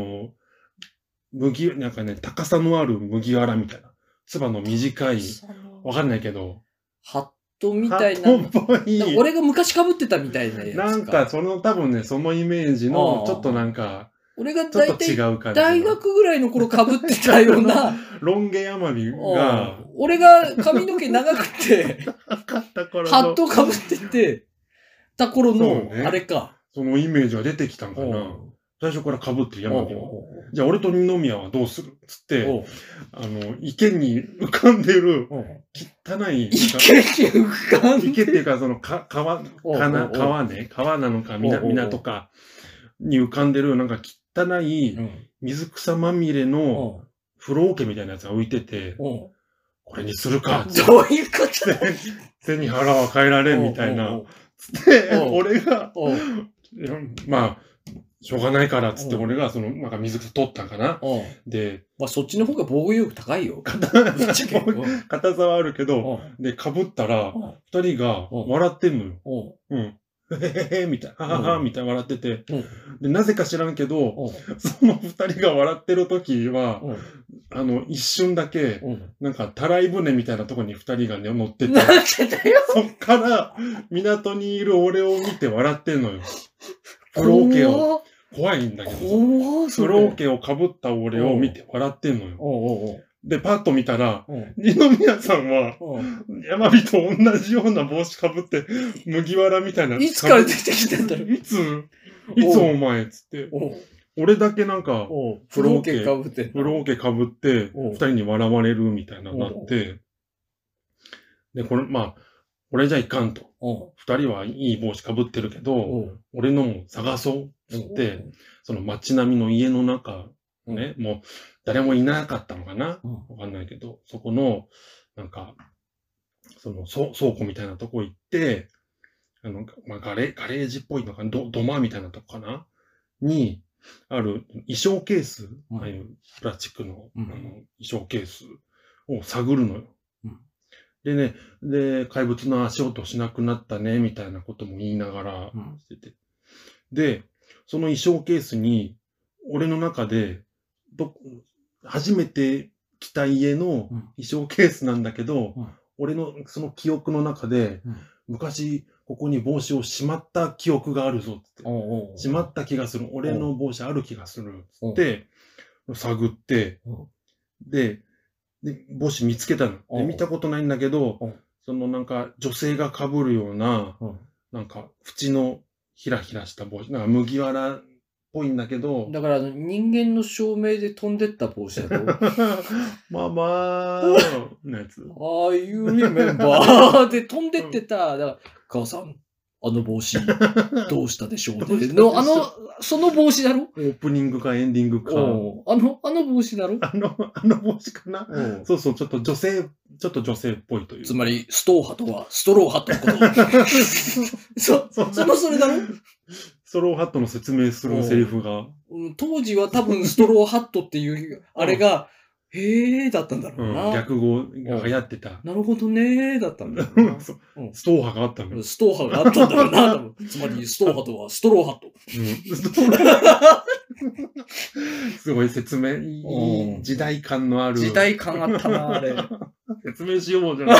なんかね、高さのある麦わらみたいな。つばの短い、わかんないけど。 ハットみたいな。俺が昔かぶってたみたいなやつか。 なんか、多分ね、そのイメージの、ちょっとなんか、 俺がちょっと違う感じ。 大学ぐらいの頃かぶってたような。 ロン毛山火が。 俺が髪の毛長くて、ハットかぶってて、た頃の、あれか。 そのイメージが出てきたんかな。最初から被ってる山火は。じゃあ俺と二宮はどうするつって、池に浮かんでる、汚い。 池に浮かんでる。 池っていうか、その川ね。川なのか、港かに浮かんでる、なんか汚い、水草まみれの風呂桶みたいなやつが浮いてて、これにするか。 どういうこと背に腹は変えられんみたいな。つって、俺が、まあ、しょうがないから、つって俺が、なんか水草取ったんかな。で、 まあそっちの方が防御力高いよ。 硬さはあるけど、で、被ったら、二人が笑ってんのよ。うん。へへへみたいな、はははみたいな笑ってて、で、なぜか知らんけど、その二人が笑ってる時は、一瞬だけ、なんか、たらい船みたいなとこに二人がね、乗ってて、そっから、港にいる俺を見て笑ってんのよ。風呂桶を。怖いんだけど、風呂桶を被った俺を見て笑ってんのよ。で、パッと見たら、二宮さんは、山火と同じような帽子かぶって、麦わらみたいな。 いつから出てきたんだろう。 いつお前つって。俺だけなんか、 風呂桶かぶって。 二人に笑われるみたいななって、で、これ、まあ、俺じゃいかんと。二人はいい帽子かぶってるけど、俺のも探そうつって、その街並みの家の中、ね、もう誰もいなかったのかなわかんないけど、そこの、なんか、その倉庫みたいなとこ行って、まあ、ガレージっぽいのかな、土間みたいなとこかなに、ある衣装ケース、ああいうプラスチックの、衣装ケースを探るのよ。でね、怪物の足音しなくなったね、みたいなことも言いながらしてて。で、その衣装ケースに、俺の中で、初めて来た家の衣装ケースなんだけど、俺のその記憶の中で、昔ここに帽子をしまった記憶があるぞって。しまった気がする。俺の帽子ある気がする。って、探って、で、帽子見つけたの。で、見たことないんだけど、そのなんか女性が被るような、なんか縁のひらひらした帽子。なんか麦わらっぽいんだけど。 だから人間の照明で飛んでった帽子だと。 ママーのやつ。 Are you remember? で飛んでってた。だから母さん、あの帽子、どうしたでしょうね。その帽子だろ？ オープニングかエンディングか。 あの帽子だろ？ あの帽子かな？そうそう、ちょっと女性っぽいという。 つまり、ストーハとは、ストローハットのこと。それだろ？ ストローハットの説明するセリフが。 当時は多分ストローハットっていう、あれが、へーだったんだろうな。 逆語が流行ってた。 なるほどねーだったんだろうな。 ストーハがあったんだよ。 ストーハがあったんだろうな、多分。つまり、ストーハとはストローハット。 すごい説明、いい時代感のある。 時代感あったな、あれ。 説明しようじゃない。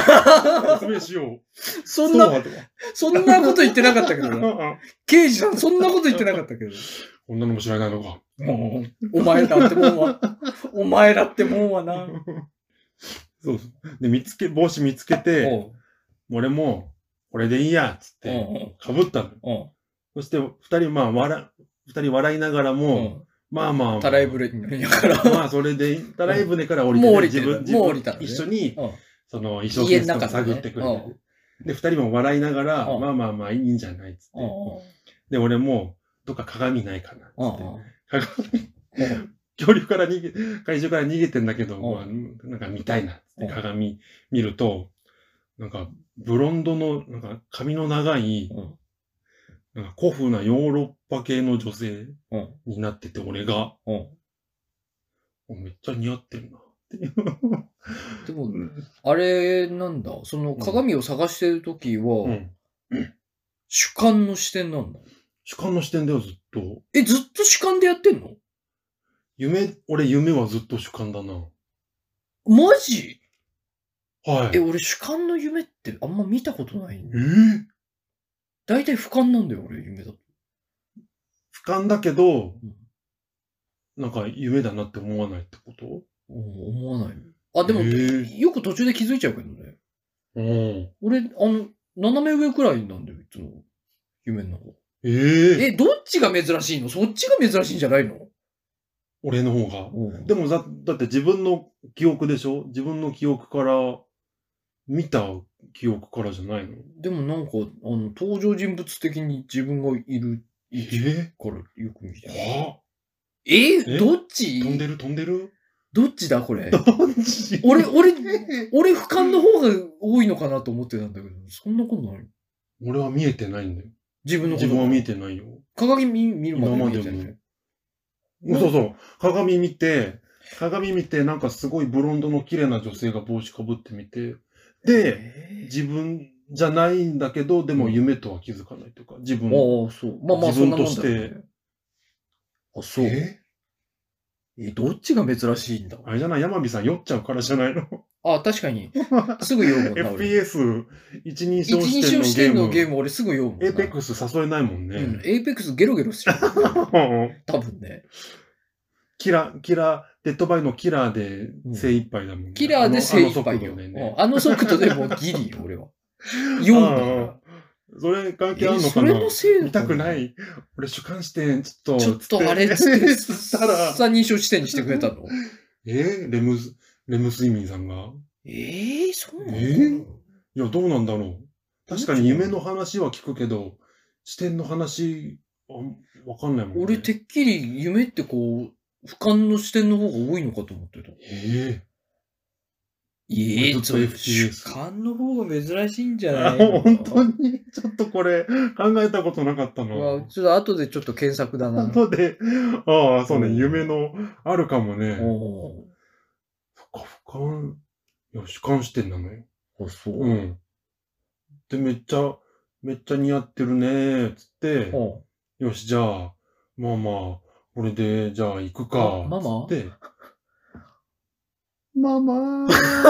説明しよう。 そんなこと言ってなかったけどな。刑事さん、そんなこと言ってなかったけど。 こんなのも知らないのか。 お前らってもんは。お前らってもんはな。 そうそう。で、帽子見つけて、俺も、これでいいや、つって、被ったの。そして、二人笑いながらも、まあ。 たらい船から。 まあ、それで、たらい船から降りて、自分一緒に、その、衣装ケースとか探ってくれて。で、二人も笑いながら、まあ、いいんじゃない、つって。で、俺も、どっか鏡ないかな、つって。 恐竜から怪獣から逃げてんだけど、 うんまあ、なんか見たいなって鏡見ると、なんか、ブロンドの、なんか髪の長い、なんか古風なヨーロッパ系の女性になってて、俺が、めっちゃ似合ってるなっていう。 でも、あれなんだ、その鏡を探してるときは、主観の視点なんだ。 主観の視点だよ、ずっと。 ずっと主観でやってんの？ 俺夢はずっと主観だな。 マジ？ はい。 俺主観の夢ってあんま見たことない。大体俯瞰なんだよ、俺、夢だと。 俯瞰だけど、なんか夢だなって思わないってこと？ 思わない。でも、よく途中で気づいちゃうけどね。俺、斜め上くらいなんだよ、いつも。夢の方。どっちが珍しいの？そっちが珍しいんじゃないの？ 俺の方が。でもだって自分の記憶でしょ？自分の記憶から、見た記憶からじゃないの？ でもなんか、登場人物的に自分がいる位置からよく見てる。どっち？ 飛んでるどっちだこれ。俺俯瞰の方が多いのかなと思ってたんだけど、そんなことない。 俺は見えてないんだよ。 自分は見えてないよ。 鏡見るまで見えてない。 そう。鏡見て、なんかすごいブロンドの綺麗な女性が帽子かぶってみて、で、自分じゃないんだけど、でも夢とは気づかないというか、自分として。 そう。どっちが珍しいんだ？ あれじゃない、山火さん酔っちゃうからじゃないの？ 確かに。すぐ酔うもんな。 FPS 一人称視点のゲーム俺すぐ酔うもんな。 エーペックス誘えないもんね。 エーペックスゲロゲロしちゃう。多分ね。 デッドバイのキラーで精一杯だもんね。 キラーで精一杯よ。あの速度でもギリよ、俺は。酔うんだから。 それ関係あるのかな？ それのせい見たくない。俺主観視点、ちょっとあれつって、三人称視点にしてくれたの？ レム睡眠さんが。 そうなの？ いや、どうなんだろう。確かに夢の話は聞くけど、視点の話、わかんないもんね。 俺、てっきり夢ってこう、俯瞰の視点の方が多いのかと思ってた。主観の方が珍しいんじゃないの？ 本当にちょっとこれ考えたことなかったな。 ちょっと後でちょっと検索だな。 後で、そうね、夢のあるかもね。そっか、俯瞰、いや、主観視点なのよ。 そう。 で、めっちゃ似合ってるね、つって、よし、じゃあ、まあ、これで、じゃあ行くか、つって。ママ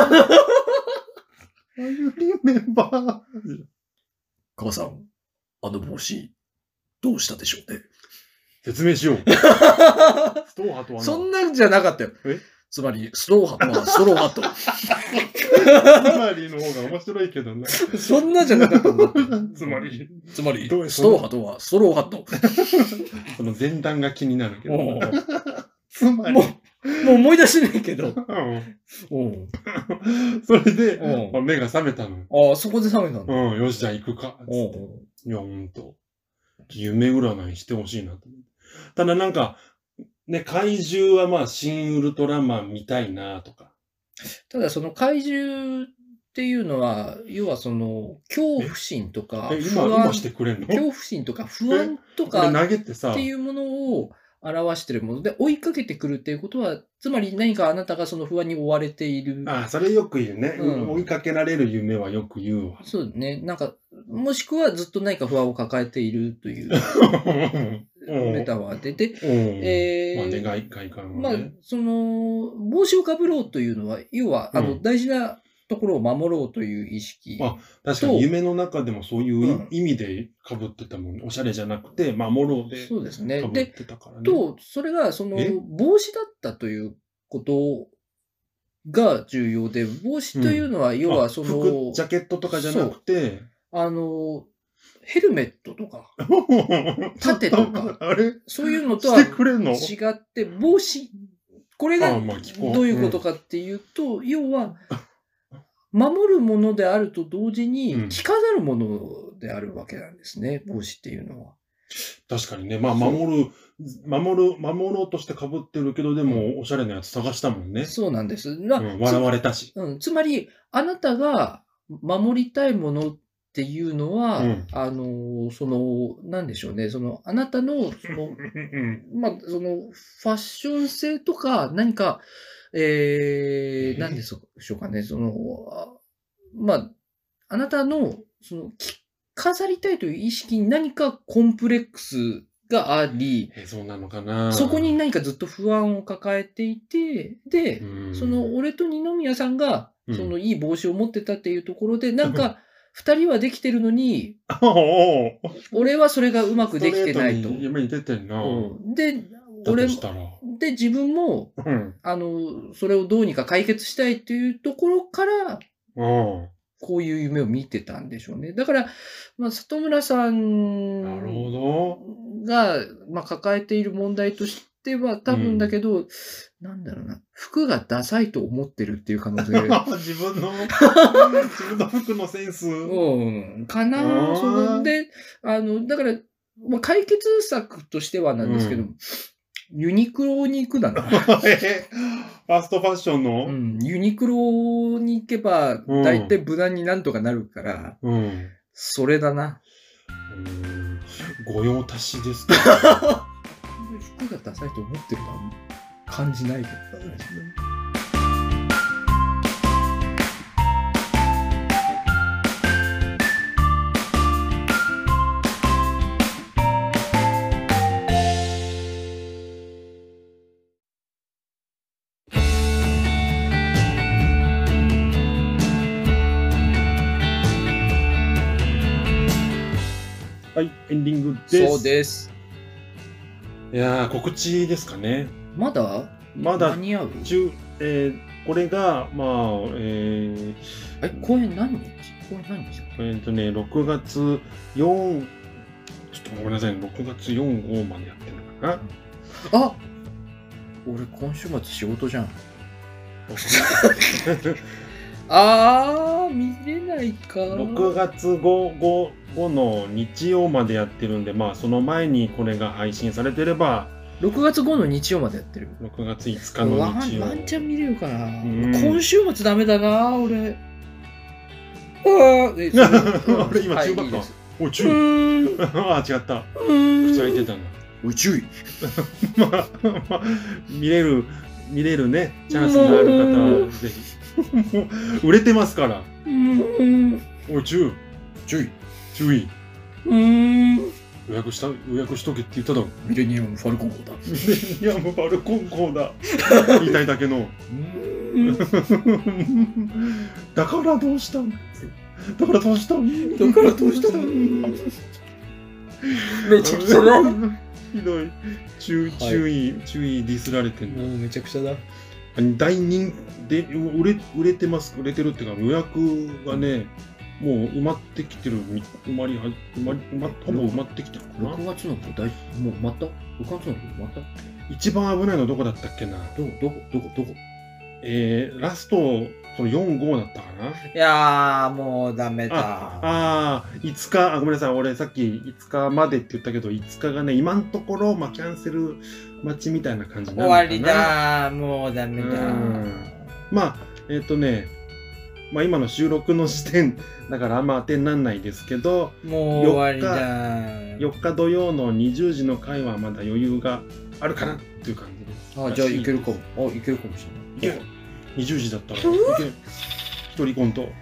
I remember 母さん、あの帽子、どうしたでしょうね。 説明しよう。ストーハとはそんなんじゃなかったよ。つまり、ストーハとはストローハット。 つまりの方が面白いけどね。 そんなんじゃなかったんだ。つまり、ストーハとはストローハット。 その前段が気になるけど。 つまり。もう思い出せないけど。 それで、目が覚めたの。 そこで覚めたの。 よし、じゃあ行くか。いや、ほんと。夢占いしてほしいなと。ただなんか、ね、怪獣は新ウルトラマン見たいなとか。 ただその怪獣っていうのは、要はその、恐怖心とか、 今してくれんの？ 恐怖心とか不安とかっていうものを表してるもので、追いかけてくるっていうことは、つまり何かあなたがその不安に追われている。 それよく言うね。追いかけられる夢はよく言うわ。 そうね。なんか、もしくはずっと何か不安を抱えているというメタは出て、 外観はね。 その、帽子をかぶろうというのは、要は、大事なところを守ろうという意識。 確かに夢の中でもそういう意味で被ってたもんね。おしゃれじゃなくて、守ろうで。 そうですね。 被ってたからね。 それが、その、帽子だったということが重要で、帽子というのは、要はその、 服、ジャケットとかじゃなくて、 ヘルメットとか、盾とか、そういうのとは違って、帽子。これがどういうことかっていうと、要は、守るものであると同時に着飾るものであるわけなんですね、帽子っていうのは。 確かにね。まあ、守ろうとして被ってるけど、でも、おしゃれなやつ探したもんね。 そうなんです。 笑われたし。 つまり、あなたが守りたいものっていうのは、なんでしょうね。あなたの、まあ、ファッション性とか、何か、何でしょうかね。まあ、あなたの、飾りたいという意識に何かコンプレックスがあり、 そうなのかな。 そこに何かずっと不安を抱えていて、で、俺と二宮さんが、いい帽子を持ってたっていうところで、なんか、二人はできてるのに、俺はそれがうまくできてないと。 夢に出てんな。 で、で、自分も、それをどうにか解決したいっていうところから、こういう夢を見てたんでしょうね。だから、まあ、里村さんが、まあ、抱えている問題としては、多分だけど、なんだろうな、服がダサいと思ってるっていう可能性。 自分の服のセンス。 かな。それで、だから、まあ、解決策としてはなんですけど、ユニクロに行くだな。 ファーストファッションの、 ユニクロに行けば、だいたい無難になんとかなるから、それだな。 御用達ですか。 服がダサいと思ってるのは感じないけど。 はい、エンディングです。 そうです。 いやー、告知ですかね。 まだ間に合う？ これが、まあ、 公演何日 6月4、ちょっとごめんなさい、6月4、5までやってるのかな。 俺今週末仕事じゃん。見れないか。 6月5の日曜までやってるんで、まあその前にこれが配信されてれば。 6月5の日曜までやってる。 6月5日の日曜。 ワンチャン見れるかな。今週末ダメだな、俺。 俺今中ばっか。おい、注意。違った。口開いてたんだ。 おい、注意。 まあ、見れるね、チャンスがある方はぜひ。売れてますから。おい、注意。予約しとけって言っただろ。 ミレニアム・ファルコン号だ。 言いたいだけの。だからどうしたん？めちゃくちゃだ。ひどい。注意ディスられてんの。 もうめちゃくちゃだ。 大人で売れてます。売れてるっていうか予約がね、もう埋まってきてる。ほぼ埋まってきてるかな。 6月の子もう埋まった？ 6 月の子埋まった？ 一番危ないのどこだったっけな。 どこ？ ラストその4、5だったかな。 いやーもうダメだ。 5日、ごめんなさい。俺さっき5日までって言ったけど、5日がね、今のところ、まあ、キャンセル待ちみたいな感じになるのかな。 終わりだ。もうダメだ。 まあ、まあ今の収録の時点だからあんま当てにならないですけど、 もう終わりだ。 4日土曜の20時の回はまだ余裕があるかなっていう感じです。 じゃあいけるかも。いけるかもしれない。 20時だったらいける。一人コント。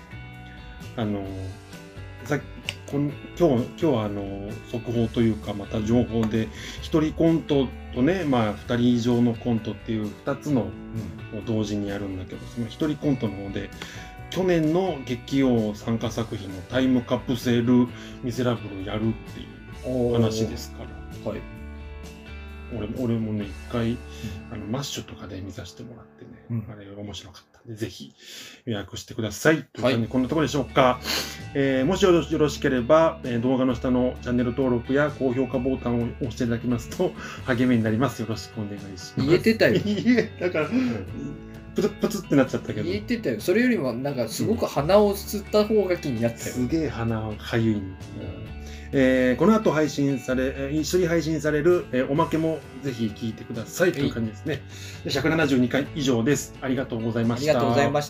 今日は速報というかまた情報で一人コントとね、まあ2人以上のコントっていう2つのを同時にやるんだけど、その一人コントの方で去年の劇王参加作品のタイムカプセルミゼラブルをやるっていう話ですから。はい。俺もね、一回、マッシュとかで見させてもらってね、あれ面白かったんで、ぜひ予約してください。という感じで、こんなところでしょうか。もしよろしければ、動画の下のチャンネル登録や高評価ボタンを押していただきますと、励みになります。よろしくお願いします。 言えてたよ。 だから、プツってなっちゃったけど。 言えてたよ。それよりも、なんか、すごく鼻を吸った方が気になったよ。 すげえ鼻かゆいんだ。 この後配信され、一緒に配信される、おまけもぜひ聞いてくださいという感じですね。172回以上です。ありがとうございました。 ありがとうございました。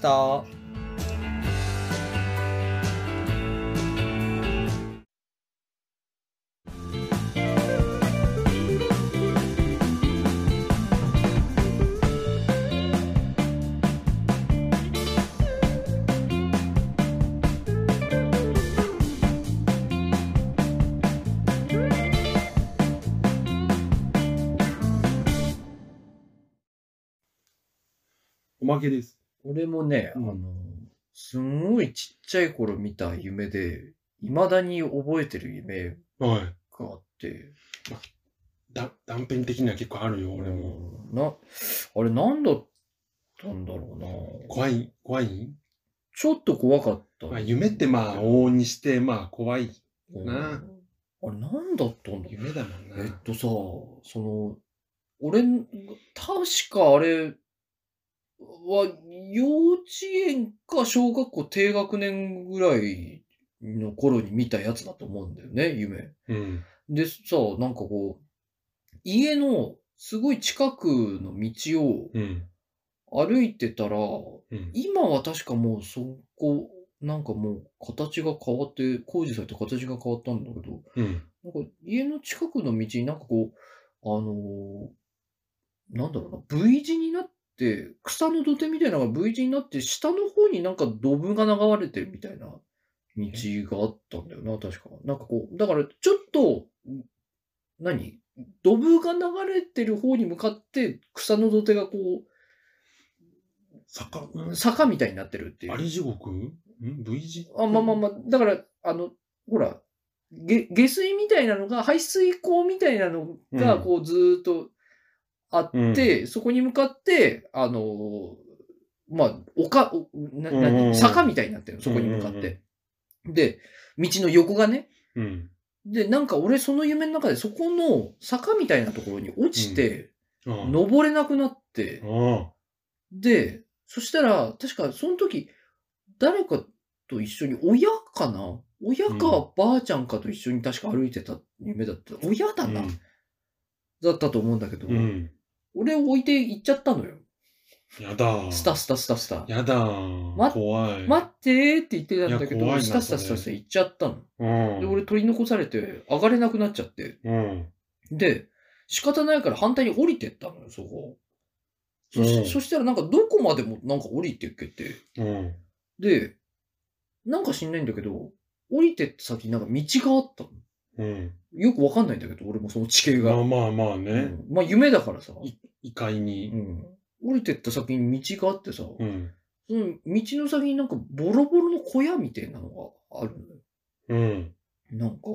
おまけです。 俺もね、すんごいちっちゃい頃見た夢で、未だに覚えてる夢があって。 断片的には結構あるよ、俺も。 あれなんだったんだろうな。 怖いちょっと怖かった。 夢って往々にして、怖いな。 あれなんだったんだ。 夢だもんな。 俺、確かあれは、幼稚園か小学校低学年ぐらいの頃に見たやつだと思うんだよね、夢。でさ、なんかこう、家のすごい近くの道を歩いてたら、今は確かもうそこ、なんかもう形が変わって、工事されて形が変わったんだけど、なんか家の近くの道になんかこう、なんだろうな、V 字になって、草の土手みたいなのが V 字になって、下の方になんかドブが流れてるみたいな道があったんだよな、確か。なんかこう、だからちょっと、ドブが流れてる方に向かって、草の土手がこう、坂みたいになってるっていう。 あり地獄？V 字？ だから、ほら、下水みたいなのが、排水溝みたいなのが、こうずーっとあって、そこに向かって、坂みたいになってる、そこに向かって。で、道の横がね。で、なんか俺その夢の中でそこの坂みたいなところに落ちて、登れなくなって、で、そしたら、確かその時、誰かと一緒に、親かばあちゃんかと一緒に確か歩いてた夢だった。親だな。だったと思うんだけど、俺を置いて行っちゃったのよ。 やだ。 スタ。 やだ。怖い。 待ってーって言ってたんだけど、スタ行っちゃったの。で、俺取り残されて、上がれなくなっちゃって。で、仕方ないから反対に降りてったのよ、そこ。そしたらなんかどこまでもなんか降りていけて。で、なんか知んないんだけど、降りてった先になんか道があったの。よくわかんないんだけど、俺もその地形が。 ね。 夢だからさ。 異界に。 降りてった先に道があってさ、その道の先になんかボロボロの小屋みたいなのがあるのよ。なんか、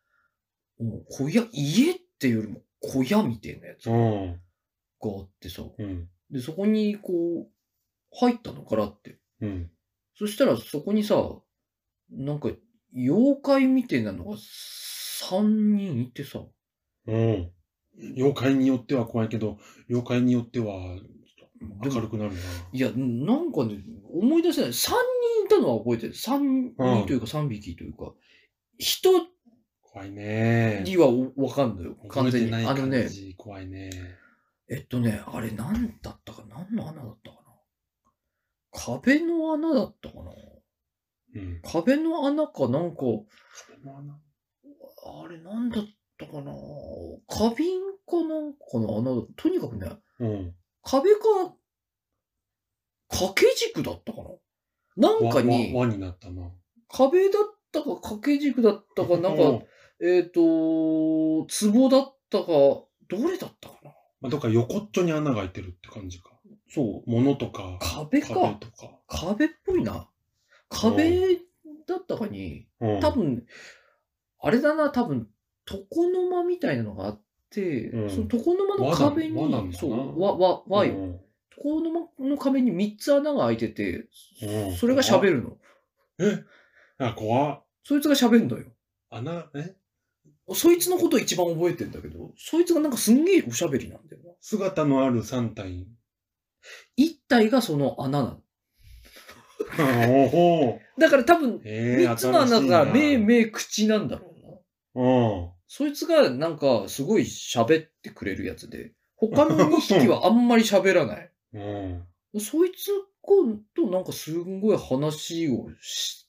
家っていうよりも小屋みたいなやつがあってさ、で、そこにこう、入ったのからって。そしたらそこにさ、なんか、妖怪みたいなのが3人いてさ。 妖怪によっては怖いけど、妖怪によっては明るくなるな。 いや、なんかね、思い出せない。3人いたのは覚えてる。3人というか3匹というか、人怖いね。 にはわかんないよ。完全に。 怖いね。 あれ何だったか、何の穴だったかな。壁の穴だったかな。壁の穴かなんか、あれ何だったかな。花瓶かなんかの穴だ。とにかくね、壁か、掛け軸だったかな。なんかに、 輪になったな。 壁だったか掛け軸だったか、なんか、壺だったか、どれだったかな。 どっか横っちょに穴が開いてるって感じか。 そう。 物とか。 壁とか。壁っぽいな。壁だったかに、多分、あれだな、多分、床の間みたいなのがあって、その床の間の壁に、そう、輪よ。床の間の壁に3つ穴が開いてて、それが喋るの。 怖っ。 そいつが喋るのよ。 穴、 そいつのこと一番覚えてんだけど、そいつがなんかすんげえおしゃべりなんだよな。 姿のある3体。 1体がその穴なの。だから多分、3つの穴が目、口なんだろうな。 そいつがなんかすごい喋ってくれるやつで、他の2匹はあんまり喋らない。そいつとなんかすんごい話をして、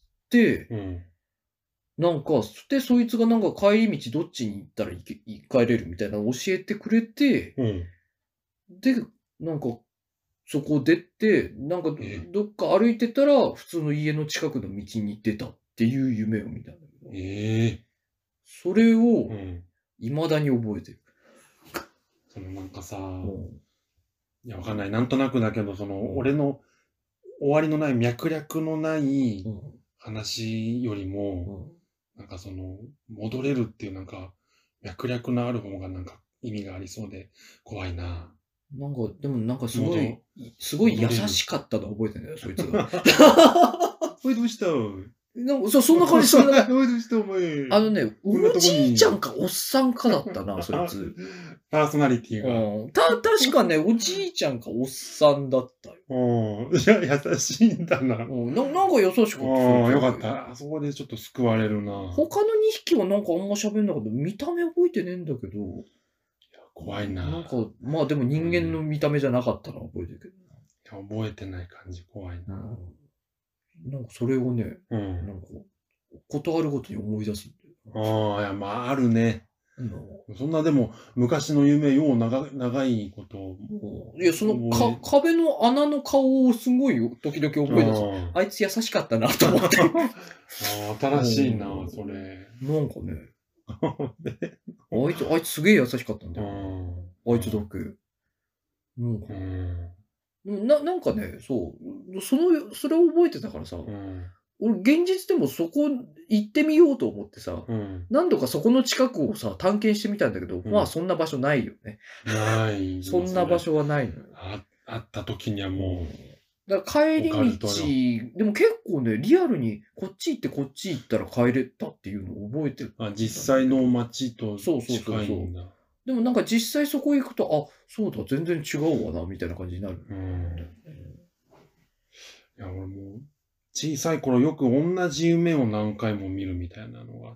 なんか、で、そいつがなんか帰り道どっちに行ったら帰れるみたいなのを教えてくれて、で、なんか、そこ出て、なんかどっか歩いてたら、普通の家の近くの道に出たっていう夢を見たんだけど。それを、未だに覚えてる。 そのなんかさ、いや、わかんない。なんとなくだけど、俺の終わりのない、脈絡のない話よりも、なんか戻れるっていうなんか、脈絡のある方がなんか意味がありそうで、怖いな。 なんか、でもなんかすごい優しかったの覚えてるんだよ、そいつが。 おい、どうしたなんか、そんな感じ、そんな感じ。 おい、どうしたお前。 おじいちゃんかおっさんかだったな、そいつ。 パーソナリティが。 確かね、おじいちゃんかおっさんだったよ。 いや、優しいんだな。 なんか優しかった。 よかった。そこでちょっと救われるな。 他の2匹はなんかあんま喋んなかった。見た目覚えてねえんだけど。 怖いな。 なんか、まあでも人間の見た目じゃなかったのは覚えてるけど。覚えてない感じ怖いな。 なんかそれをね、なんか、ことあるごとに思い出すんだよ。いや、まあ、あるね。そんなでも、昔の夢、よう長いことを。 いや、その壁の穴の顔をすごい時々覚え出す。あいつ優しかったなと思って。 新しいな、それ。 なんかね。あいつすげえ優しかったんだよ。あいつだけ。なんかね、そう。それを覚えてたからさ。俺、現実でもそこ行ってみようと思ってさ、何度かそこの近くをさ、探検してみたんだけど、まあそんな場所ないよね。 ない。 そんな場所はないのよ。 あった時にはもう。 だから帰り道、でも結構ね、リアルにこっち行ってこっち行ったら帰れたっていうのを覚えてる。 実際の街と近いんだ。 でもなんか実際そこ行くと、あ、そうだ、全然違うわな、みたいな感じになる。 いや、俺も小さい頃よく同じ夢を何回も見るみたいなのがあって、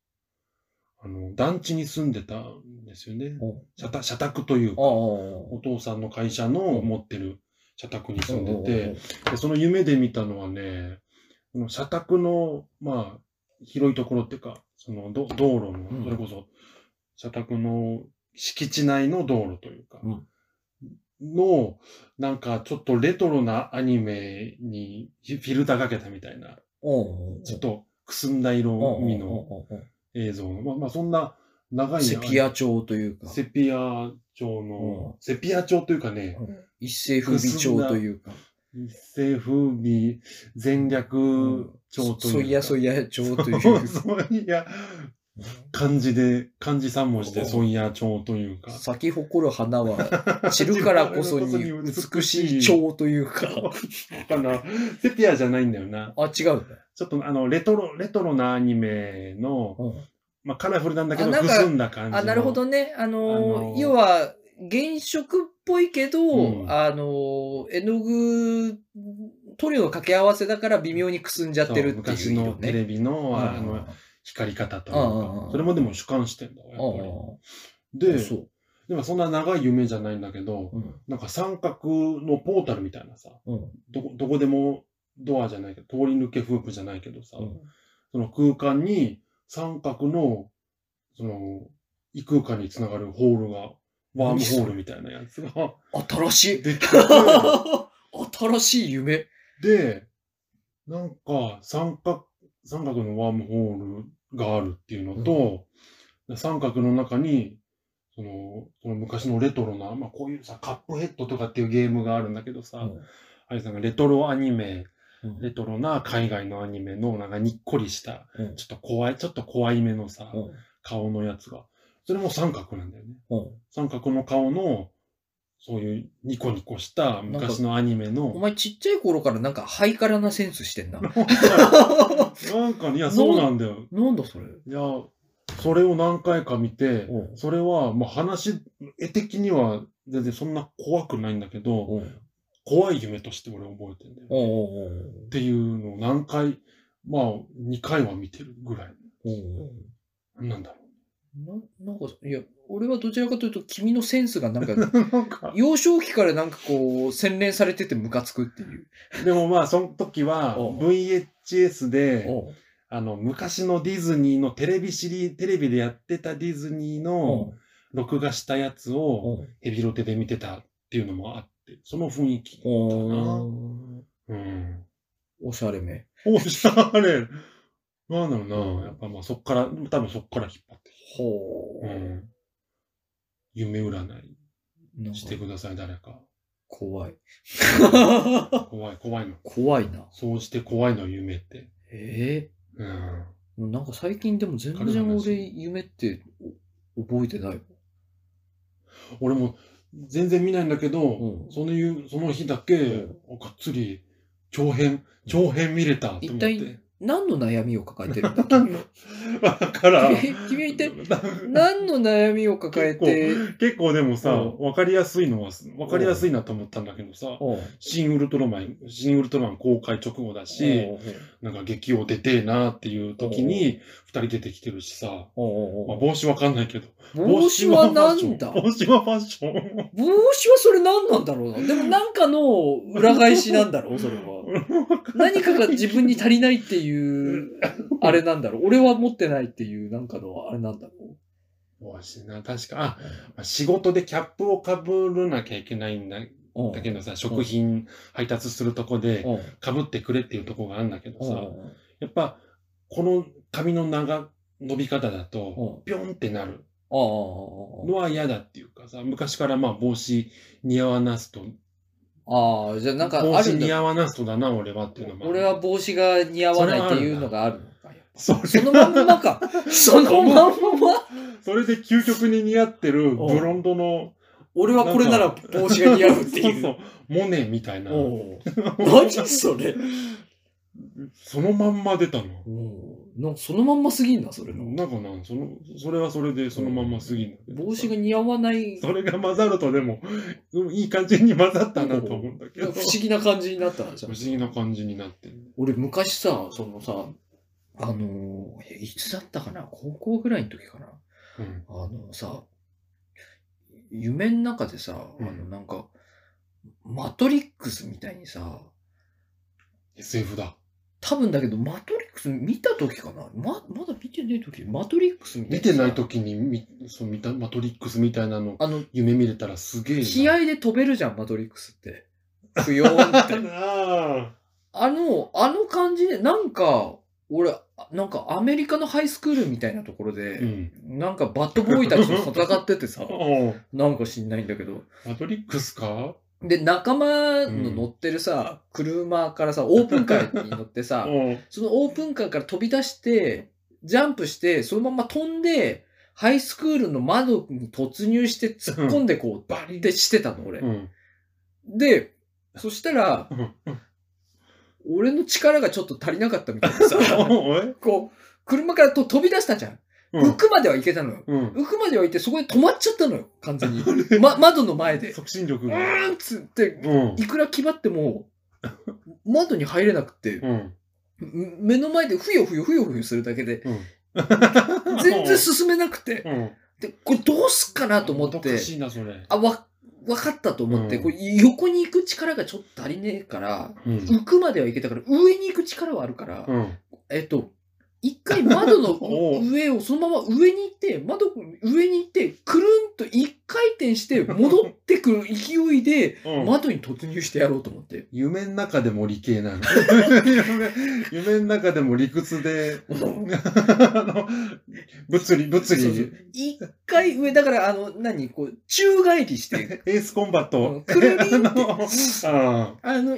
団地に住んでたんですよね。社宅というか、お父さんの会社の持ってる社宅に住んでて、でその夢で見たのはね、社宅の、まあ、広いところっていうか、道路の、それこそ、社宅の敷地内の道路というか、なんかちょっとレトロなアニメにフィルターかけたみたいな、ちょっとくすんだ色味の映像の、まあそんな長いセピア調というか。 セピア調の、セピア調というかね、 一世風靡調というか。 一世風靡全略調というか。 そいやそいや調というか。 そういや、漢字3文字でそいや調というか。 咲き誇る花は散るからこそに美しい調というか。 セピアじゃないんだよな。 違うんだ。 ちょっとレトロなアニメの、まあカラフルなんだけど、くすんだ感じの。 なるほどね。要は、原色っぽいけど、絵の具、塗料の掛け合わせだから微妙にくすんじゃってるっていう、ね。 昔のテレビの、光り方というか、それもでも主観してんだわ、やっぱり。でもそんな長い夢じゃないんだけど、なんか三角のポータルみたいなさ、どこでもドアじゃないけど、通り抜けフープじゃないけどさ、その空間に三角の、異空間につながるホールが、ワームホールみたいなやつが、 新しい。 できて新しい夢。 で、なんか三角のワームホールがあるっていうのと、三角の中に、その昔のレトロな、まあこういうさ、カップヘッドとかっていうゲームがあるんだけどさ、あれさんがレトロアニメ、レトロな海外のアニメのなんかにっこりした、ちょっと怖い目のさ、顔のやつが、それも三角なんだよね。三角の顔の、そういうニコニコした昔のアニメの。 お前ちっちゃい頃からなんかハイカラなセンスしてんな。 なんか、いや、そうなんだよ。 なんだそれ。 いや、それを何回か見て、それは、まあ絵的には全然そんな怖くないんだけど、怖い夢として俺覚えてんだよ、っていうのを何回、まあ2回は見てるぐらい。 なんだろなんか、いや、俺はどちらかというと、君のセンスがなんか、 う。なんか幼少期からなんかこう、洗練されててムカつくっていう。 でもまあ、その時は、VHS で、昔のディズニーのテレビでやってたディズニーの録画したやつをヘビロテで見てたっていうのもあって、その雰囲気だったな。うん。 おしゃれめ。 おしゃれ。なんだろうな。やっぱまあ多分そっから引っ張って。 ほう。 夢占いしてください、誰か。 怖い。 怖いの。 怖いな。 そうして怖いの、夢って。 なんか最近でも全然俺夢って覚えてない。 俺も全然見ないんだけど、その日だけ、がっつり長編見れたと思って。 一体何の悩みを抱えてるんだ君は。 だから、 君は一体何の悩みを抱えて。 結構でもさ、わかりやすいなと思ったんだけどさ、新ウルトラマン公開直後だし、なんか劇を出てえなっていう時に二人出てきてるしさ、まあ帽子わかんないけど。 帽子はなんだ？ 帽子はファッション。 帽子はそれ何なんだろうな。でもなんかの裏返しなんだろう、それは。何かが自分に足りないっていう、あれなんだろう。俺は持ってないっていう、なんかのあれなんだろう。帽子な、確か、仕事でキャップをかぶらなきゃいけないんだけどさ、食品配達するとこでかぶってくれっていうとこがあるんだけどさ、やっぱ、この髪の伸び方だと、ぴょんってなるのは嫌だっていうかさ、昔からまあ帽子似合わなすと、 じゃあなんか帽子似合わなすとだな、俺はっていうのも。 俺は帽子が似合わないっていうのがあるのか。そのまんまか。そのまんまそれで究極に似合ってるブロンドの。 俺はこれなら帽子が似合うっていう。 そう。モネみたいな。 何それ。 そのまんま出たの。 そのまんますぎんな、それの。 なんかそれはそれでそのまんますぎんだ。 帽子が似合わない。 それが混ざるとでも、いい感じに混ざったなと思うんだけど。 不思議な感じになったじゃん。 不思議な感じになってる。 俺昔さ、いつだったかな、高校ぐらいの時かな。夢の中でさ、なんか、マトリックスみたいにさ、 SF だ。 多分だけど、マトリックス見た時かな、まだ見てない時、マトリックスみたいな。 見てない時に見たマトリックスみたいなの、夢見れたらすげえな。 気合で飛べるじゃん、マトリックスって。不要って。あの感じで、なんか、俺、なんかアメリカのハイスクールみたいなところで、なんかバッドボーイたちと戦っててさ、なんか知んないんだけど。 マトリックスか？ で、仲間の乗ってるさ、車からさ、オープンカーに乗ってさ、そのオープンカーから飛び出して、ジャンプして、そのまま飛んで、ハイスクールの窓に突入して突っ込んでこう、バリってしてたの、俺。で、そしたら、俺の力がちょっと足りなかったみたいなさ、こう、車から飛び出したじゃん。浮くまでは行けたのよ。浮くまでは行って、そこで止まっちゃったのよ、完全に。窓の前で。 促進力が。 つって、いくら気張っても、窓に入れなくて、目の前でふよふよするだけで、全然進めなくて、で、これどうすっかなと思って、わかったと思って、これ横に行く力がちょっと足りねえから、浮くまでは行けたから、上に行く力はあるから、一回窓の上をそのまま上に行って、上に行って、くるんと一回転して戻ってくる勢いで、窓に突入してやろうと思って。 夢の中でも理系なの。夢の中でも理屈で、物理。 一回上、だから、宙返りして。 エースコンバット。 くるりんって。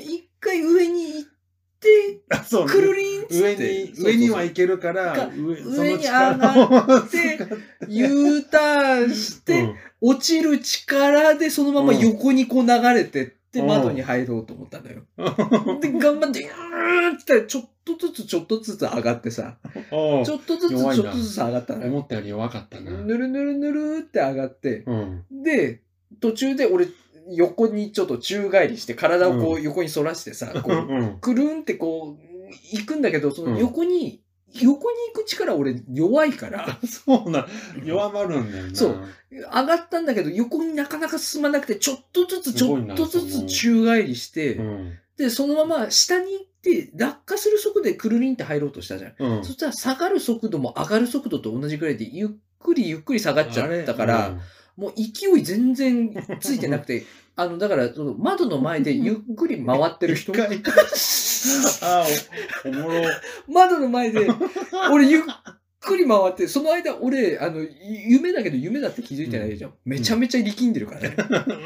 一回上に行って、くるりんって上には行けるから、 上に上がって、U ターンして、落ちる力でそのまま横にこう流れてって、窓に入ろうと思ったんだよ。で、頑張って、ってちょっとずつ上がってさ、ちょっとずつ上がったのよ。 思ったより弱かったな。 ぬるって上がって、で、途中で俺、横にちょっと宙返りして体をこう横に反らしてさ、こうくるんってこう行くんだけど、その横に横に行く力俺弱いから。 そうな、弱まるんだよな。 そう。上がったんだけど、横になかなか進まなくて、ちょっとずつ宙返りして、で、そのまま下に行って、落下する速度でくるりんって入ろうとしたじゃん。そしたら下がる速度も上がる速度と同じくらいで、ゆっくり下がっちゃったから、もう勢い全然ついてなくて、だから、その窓の前でゆっくり回ってる人。 あ、おもろ。 窓の前で、俺ゆっくり回って、その間俺、夢だけど夢だって気づいてないじゃん。めちゃめちゃ力んでるからね。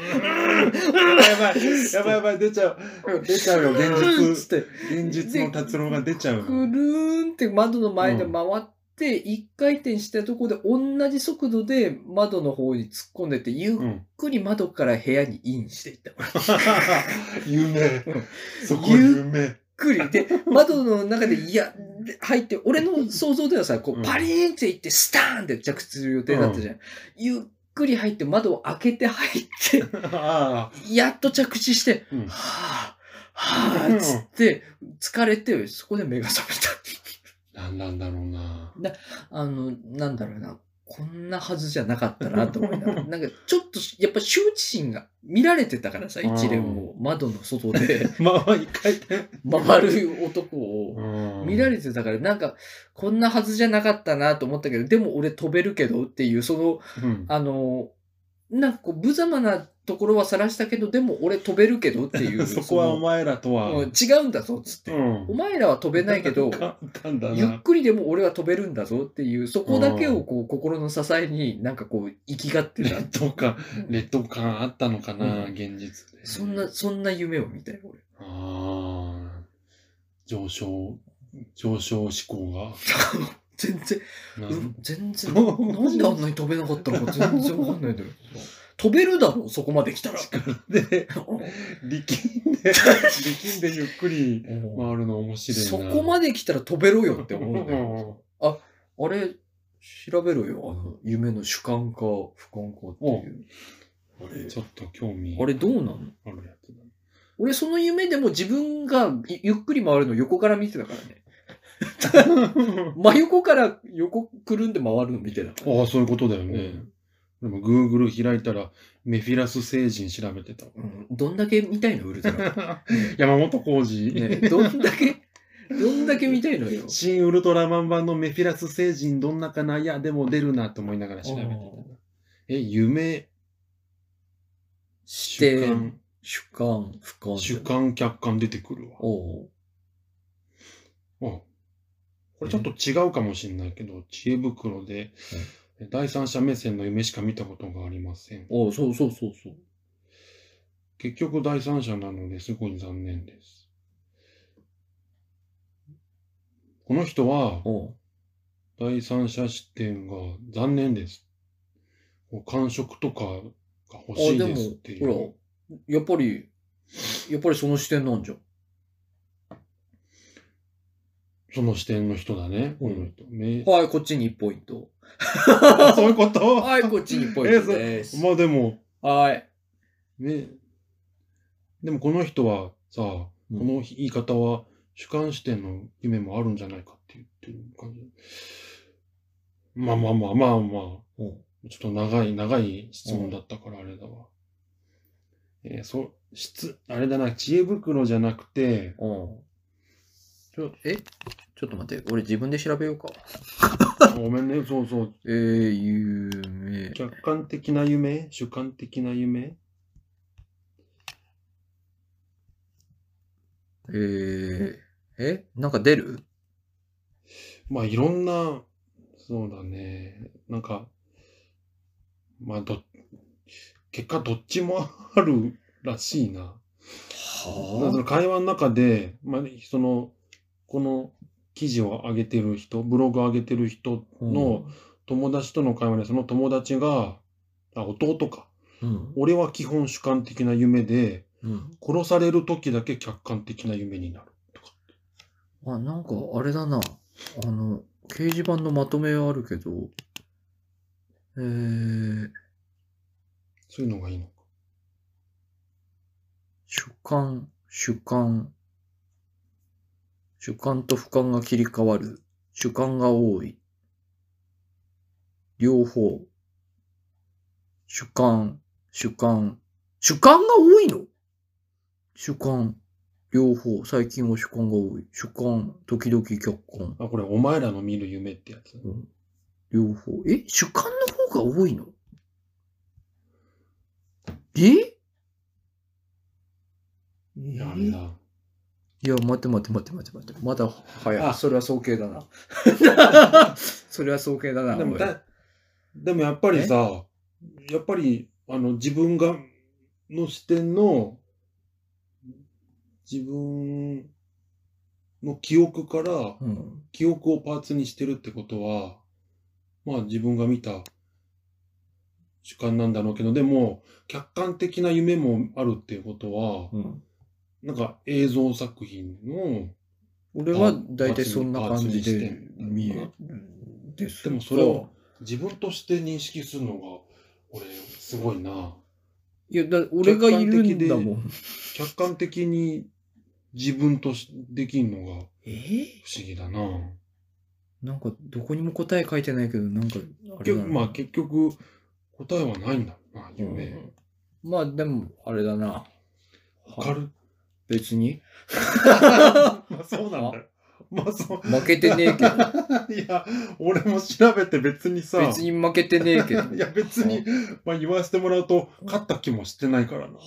やばい、出ちゃう。出ちゃうよ、現実。現実の達郎が出ちゃう。 くるーんって窓の前で回って、一回転したところで同じ速度で窓の方に突っ込んでって、ゆっくり窓から部屋にインしていった。 夢。そこ夢。 ゆっくり。で、窓の中で、入って、俺の想像ではさ、こう、パリーンっていって、スターンって着地する予定だったじゃん。ゆっくり入って、窓を開けて入って、やっと着地して、はぁ、つって、疲れて、そこで目が覚めた。 なんなんだろうな。 なんだろうな。こんなはずじゃなかったなと思いながら。なんか、ちょっと、やっぱ羞恥心が見られてたからさ、一連を窓の外で回る男を見られてたから、なんか、こんなはずじゃなかったなと思ったけど、でも俺飛べるけどっていう、なんかこう、無様なところは晒したけど、でも俺飛べるけどっていう。 そこはお前らとは。 違うんだぞ、つって。お前らは飛べないけど、ゆっくりでも俺は飛べるんだぞっていう、そこだけをこう、心の支えになんかこう、生きがってた。 劣等感あったのかな、現実で。 そんな夢を見たよ、俺。 上昇志向が。 全然、なんであんなに飛べなかったのか全然わかんないんだよ。飛べるだろ、そこまで来たら。 で、力んでゆっくり回るの面白いな。 そこまで来たら飛べろよって思うんだよ。あれ、調べろよ。夢の主観か不観かっていう。 あれ、ちょっと興味。 あれどうなの？あるやつだ。俺その夢でも自分がゆっくり回るの横から見てたからね。真横から横くるんで回るの見てた。 そういうことだよね。でも Google 開いたらメフィラス星人調べてた。 どんだけ見たいのウルトラ。 山本浩二。 どんだけ見たいのよ。 新ウルトラマン版のメフィラス星人どんなかな、いやでも出るなと思いながら調べてた。夢、 視点、主観、俯瞰。 主観、客観出てくるわ。これちょっと違うかもしれないけど、知恵袋で、第三者目線の夢しか見たことがありません。 そう。 結局第三者なのですごい残念です。この人は、第三者視点が残念です。感触とかが欲しいですっていう。 ほら、やっぱりその視点なんじゃん。 その視点の人だね。この人。 はい、こっちに1ポイント。 そういうことはい、こっちに1ポイントです。 まあでも。 はい。 でもこの人はさ、この言い方は主観視点の夢もあるんじゃないかって言ってる感じ。まあ。ちょっと長い質問だったからあれだわ。あれだな、知恵袋じゃなくて、 ちょっと待って、俺自分で調べようか。 ごめんね、そう。 夢。 客観的な夢？主観的な夢？ なんか出る？ まあいろんな、そうだね。なんか、まあ結果どっちもあるらしいな。その会話の中で、まあ、この記事を上げてる人、ブログを上げてる人の友達との会話で、その友達が、弟か。俺は基本主観的な夢で、殺される時だけ客観的な夢になるとか。 なんかあれだな。掲示板のまとめはあるけど、 そういうのがいいのか。 主観と俯瞰が切り替わる主観が多い。両方。主観が多いの？主観。両方。最近は主観が多い。主観、時々客観。 あ、これ、お前らの見る夢ってやつ。 両方。主観の方が多いの？ あれだ。 いや、待って。まだ早い。それは早計だな。それは早計だな。 でもやっぱりさ、自分の視点の、自分の記憶から、記憶をパーツにしてるってことは、まあ自分が見た主観なんだろうけど、でも、客観的な夢もあるっていうことは、なんか映像作品の、 俺は大体そんな感じで見えるんです。 でもそれを自分として認識するのが、俺、すごいな。 いや、俺がいるんだもん。 客観的に自分とできんのが、不思議だな。 なんか、どこにも答え書いてないけど、なんかまあ結局、答えはないんだろうな、夢。 まあでも、あれだな。 わかる？ 別にまあそうなんだよ。まあそう。 負けてねえけど。 いや、俺も調べて別にさ。 別に負けてねえけど。 いや別に、まあ言わせてもらうと、勝った気もしてないからな。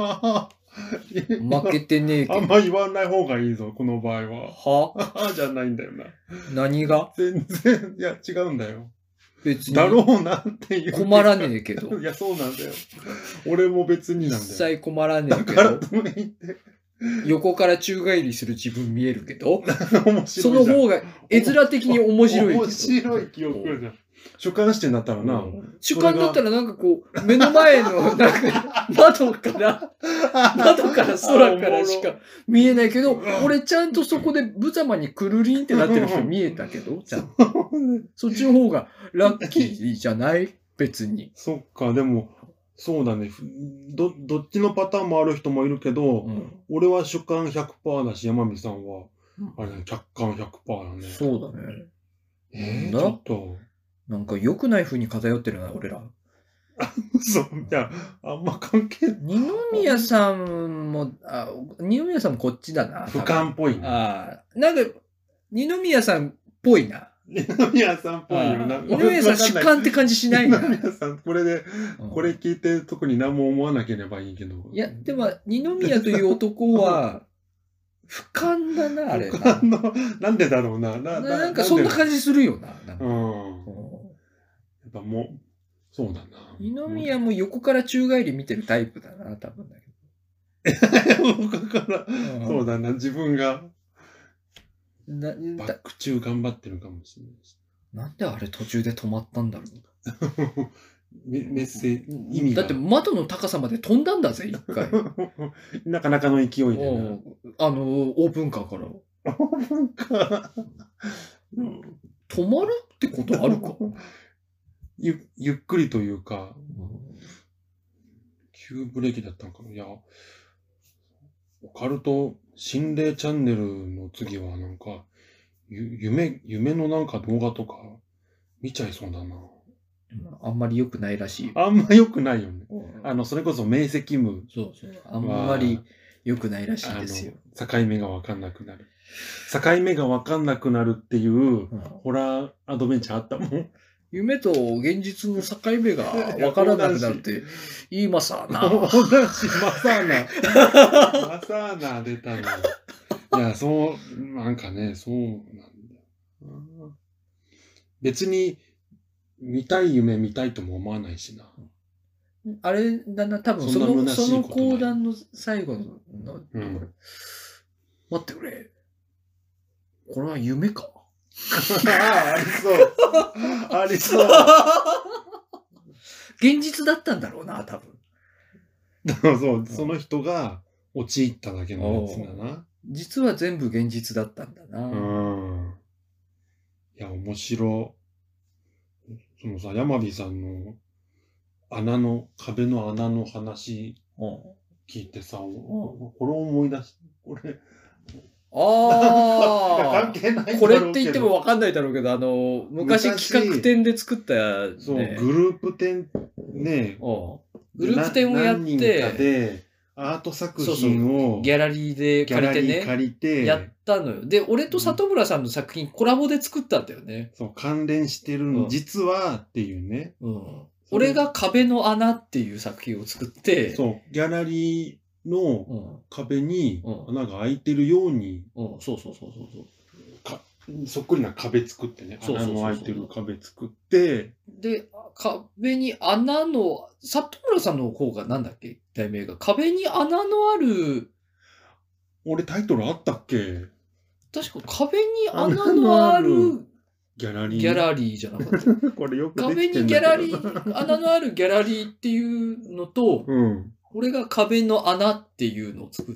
負けてねえけど。 あんま言わない方がいいぞ、この場合は。じゃないんだよな。 何が？ 全然、いや違うんだよ。 別に。 だろうなっていう。 困らねえけど。 いや、そうなんだよ。俺も別になんだよ。 一切困らねえけど。 だからといって横から宙返りする自分見えるけど、 面白いその方が絵面的に面白いけど。 面白い記憶じゃん。主観視点だったらな。 主観だったらなんかこう、目の前の、なんか、窓から空からしか見えないけど、俺ちゃんとそこで無様にくるりんってなってる人見えたけど、ちゃんと。そっちの方がラッキーじゃない別に。 そっか、でも、そうだね。どっちのパターンもある人もいるけど、俺は主観100%だし、山美さんは、あれね、客観100%だね。 そうだね。 ちょっと。 なんか良くない風に偏ってるな、俺ら。 そう、いや、あんま関係ない。 二宮さんもこっちだな。 俯瞰っぽいね。 なんか、二宮さんっぽいな。 二宮さんっぽいよな。 二宮さん主観って感じしないな。 二宮さん、これ聞いて特に何も思わなければいいけど。 いや、でも、二宮という男は、俯瞰だな、あれな。 俯瞰の、なんでだろうな。 なんかそんな感じするよな。やっぱもう、そうだな。 二宮も横から宙返り見てるタイプだな、多分だけど。横から、そうだな、自分が、バック中頑張ってるかもしれないし。 なんであれ途中で止まったんだろう。 メッセージ、意味が。だって窓の高さまで飛んだんだぜ、一回。 なかなかの勢いでな。 オープンカーから。 オープンカー止まるってことあるかゆっくりというか、急ブレーキだったのかな。いや、オカルト心霊チャンネルの次はなんか、夢のなんか動画とか見ちゃいそうだな。 あんまり良くないらしい。 あんま良くないよね。それこそ明晰夢。 そう。あんまり良くないらしいですよ。 境目がわかんなくなる。境目がわかんなくなるっていう、ホラーアドベンチャーあったもん。 夢と現実の境目がわからなくなって言いますわな。 マサーナ出たの。いや、なんかね、そうなんだよ。別に、見たい夢見たいとも思わないしな。 あれだな、多分その講談の最後のところ。待ってくれ。これは夢かありそう。ありそう。 現実だったんだろうな、多分。そう、その人が陥っただけのやつだな。 実は全部現実だったんだな。 いや、面白い。そのさ、山火さんの壁の穴の話聞いてさ、これ思い出し、 あ関係ないんだろうけど。 これって言っても分かんないだろうけど、昔企画展で作った、ね、 そう、グループ展ね、 グループ展をやって、 何人かでアート作品をギャラリーで借りてね、 借りてやったのよ。で、俺と里村さんの作品コラボで作ったんだよね。 そう、関連してるの、実はっていうね。 俺が壁の穴っていう作品を作って、 そう、ギャラリーの壁に穴が開いてるように、そっくりな壁作ってね、穴の開いてる壁作って、 で、壁に穴の、里村さんの方がなんだっけ題名が。壁に穴のある、 俺タイトルあったっけ？ 確か壁に穴のあるギャラリーじゃなかった。 これよくで壁にギャラリー、穴のあるギャラリーっていうのと、俺が壁の穴っていうのを作って、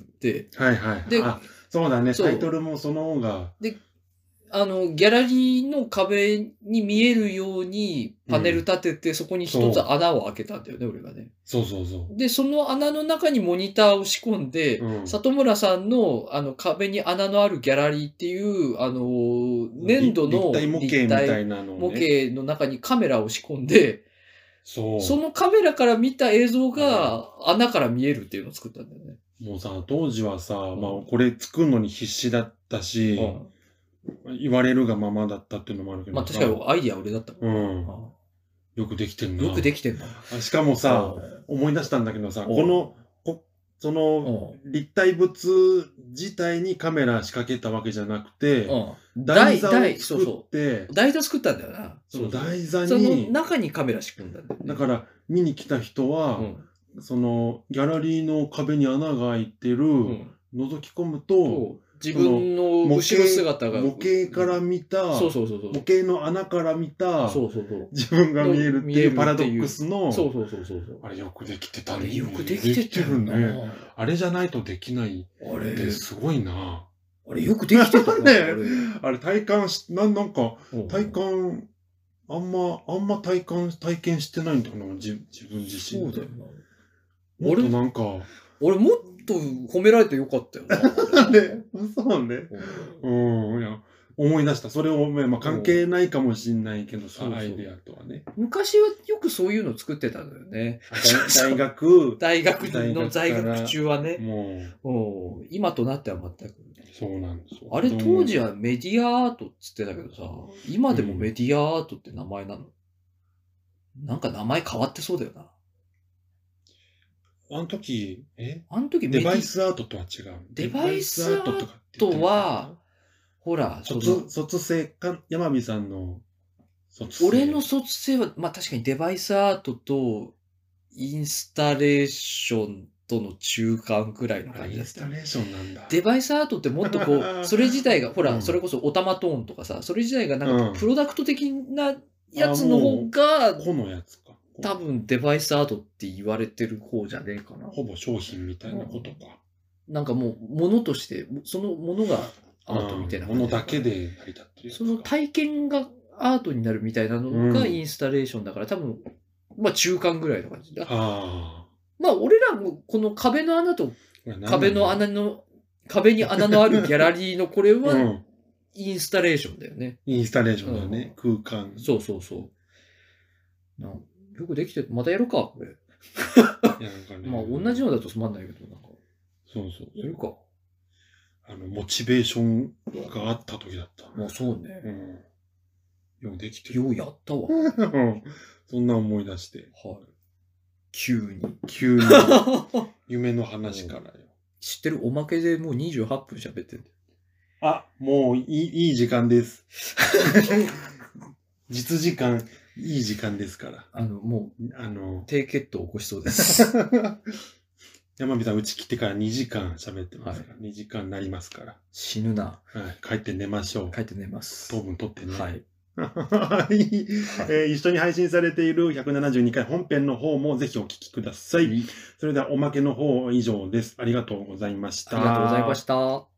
はいはい。で、そうだね、タイトルもその方が。 で、ギャラリーの壁に見えるようにパネル立てて、そこに一つ穴を開けたんだよね、俺がね。 そうそうそう。 で、その穴の中にモニターを仕込んで、里村さんの壁に穴のあるギャラリーっていう、粘土の立体模型みたいなの模型の中にカメラを仕込んで、そのカメラから見た映像が穴から見えるっていうのを作ったんだよね。 もうさ、当時はさ、まあこれ作るのに必死だったし、言われるがままだったっていうのもあるけど。 まあ確かにアイディア俺だったもん。 よくできてんな。 よくできてんな。 しかもさ、思い出したんだけどさ、その立体物自体にカメラ仕掛けたわけじゃなくて、台座を作って、 台座作ったんだよな。 その台座に、 その中にカメラ仕込んだんだよね。 だから見に来た人は、そのギャラリーの壁に穴が開いてる、覗き込むと、 自分の後ろ姿が。 模型から見た、模型の穴から見た、自分が見えるっていうパラドックスの、あれよくできてたね。 あれよくできてるね。あれじゃないとできないってすごいな。 あれよくできてたね。 あれ体感なんか、体感、あんま体験してないんだよな、自分自身。 そうだよな。 もっとなんか、 俺もっと褒められてよかったよな。 そうね。いや、思い出した。それを、まあ、関係ないかもしんないけどさ、アイデアとはね。 昔はよくそういうの作ってたんだよね。 大学の在学中はね。もう、今となっては全く。 そうなんですよ。 あれ当時はメディアアートって言ってたけどさ、今でもメディアアートって名前なの？なんか名前変わってそうだよな。 あの時デバイスアートとは違う。 デバイスアートは、ほら、 卒生か、山火さんの卒生。俺の卒生は、まあ確かにデバイスアートとインスタレーションとの中間くらいの感じだった。 インスタレーションなんだ。 デバイスアートってもっとこう、それ自体が、ほら、それこそオタマトーンとかさ、それ自体がなんかプロダクト的なやつの方が、 このやつか。 多分デバイスアートって言われてる方じゃねえかな。 ほぼ商品みたいなことか。 なんかもう、ものとして、そのものがアートみたいなものだけで成り立ってる。 その体験がアートになるみたいなのがインスタレーションだから、多分、まあ中間ぐらいの感じだ。まあ俺らもこの壁の穴と、壁に穴のあるギャラリーのこれは、インスタレーションだよね。 インスタレーションだよね。空間。 そう。よくできてる。またやるか、これ。まあ、同じのだとつまんないけど、なんか。 そう。 やるか。 モチベーションがあった時だった。 まあ、そうね。 よくできてる。 ようやったわ。 そんな思い出して。 はい。急に。 夢の話からよ。 知ってる？おまけでもう28分喋ってる。 あ、もういい時間です。実時間。いい時間ですから。 もう、低血糖を起こしそうです。 山火さん、うち来てから2時間喋ってますから、2時間になりますから。 死ぬな。 帰って寝ましょう。 帰って寝ます。 糖分取ってね。 はい。 一緒に配信されている172回本編の方もぜひお聞きください。それではおまけの方以上です。ありがとうございました。 ありがとうございました。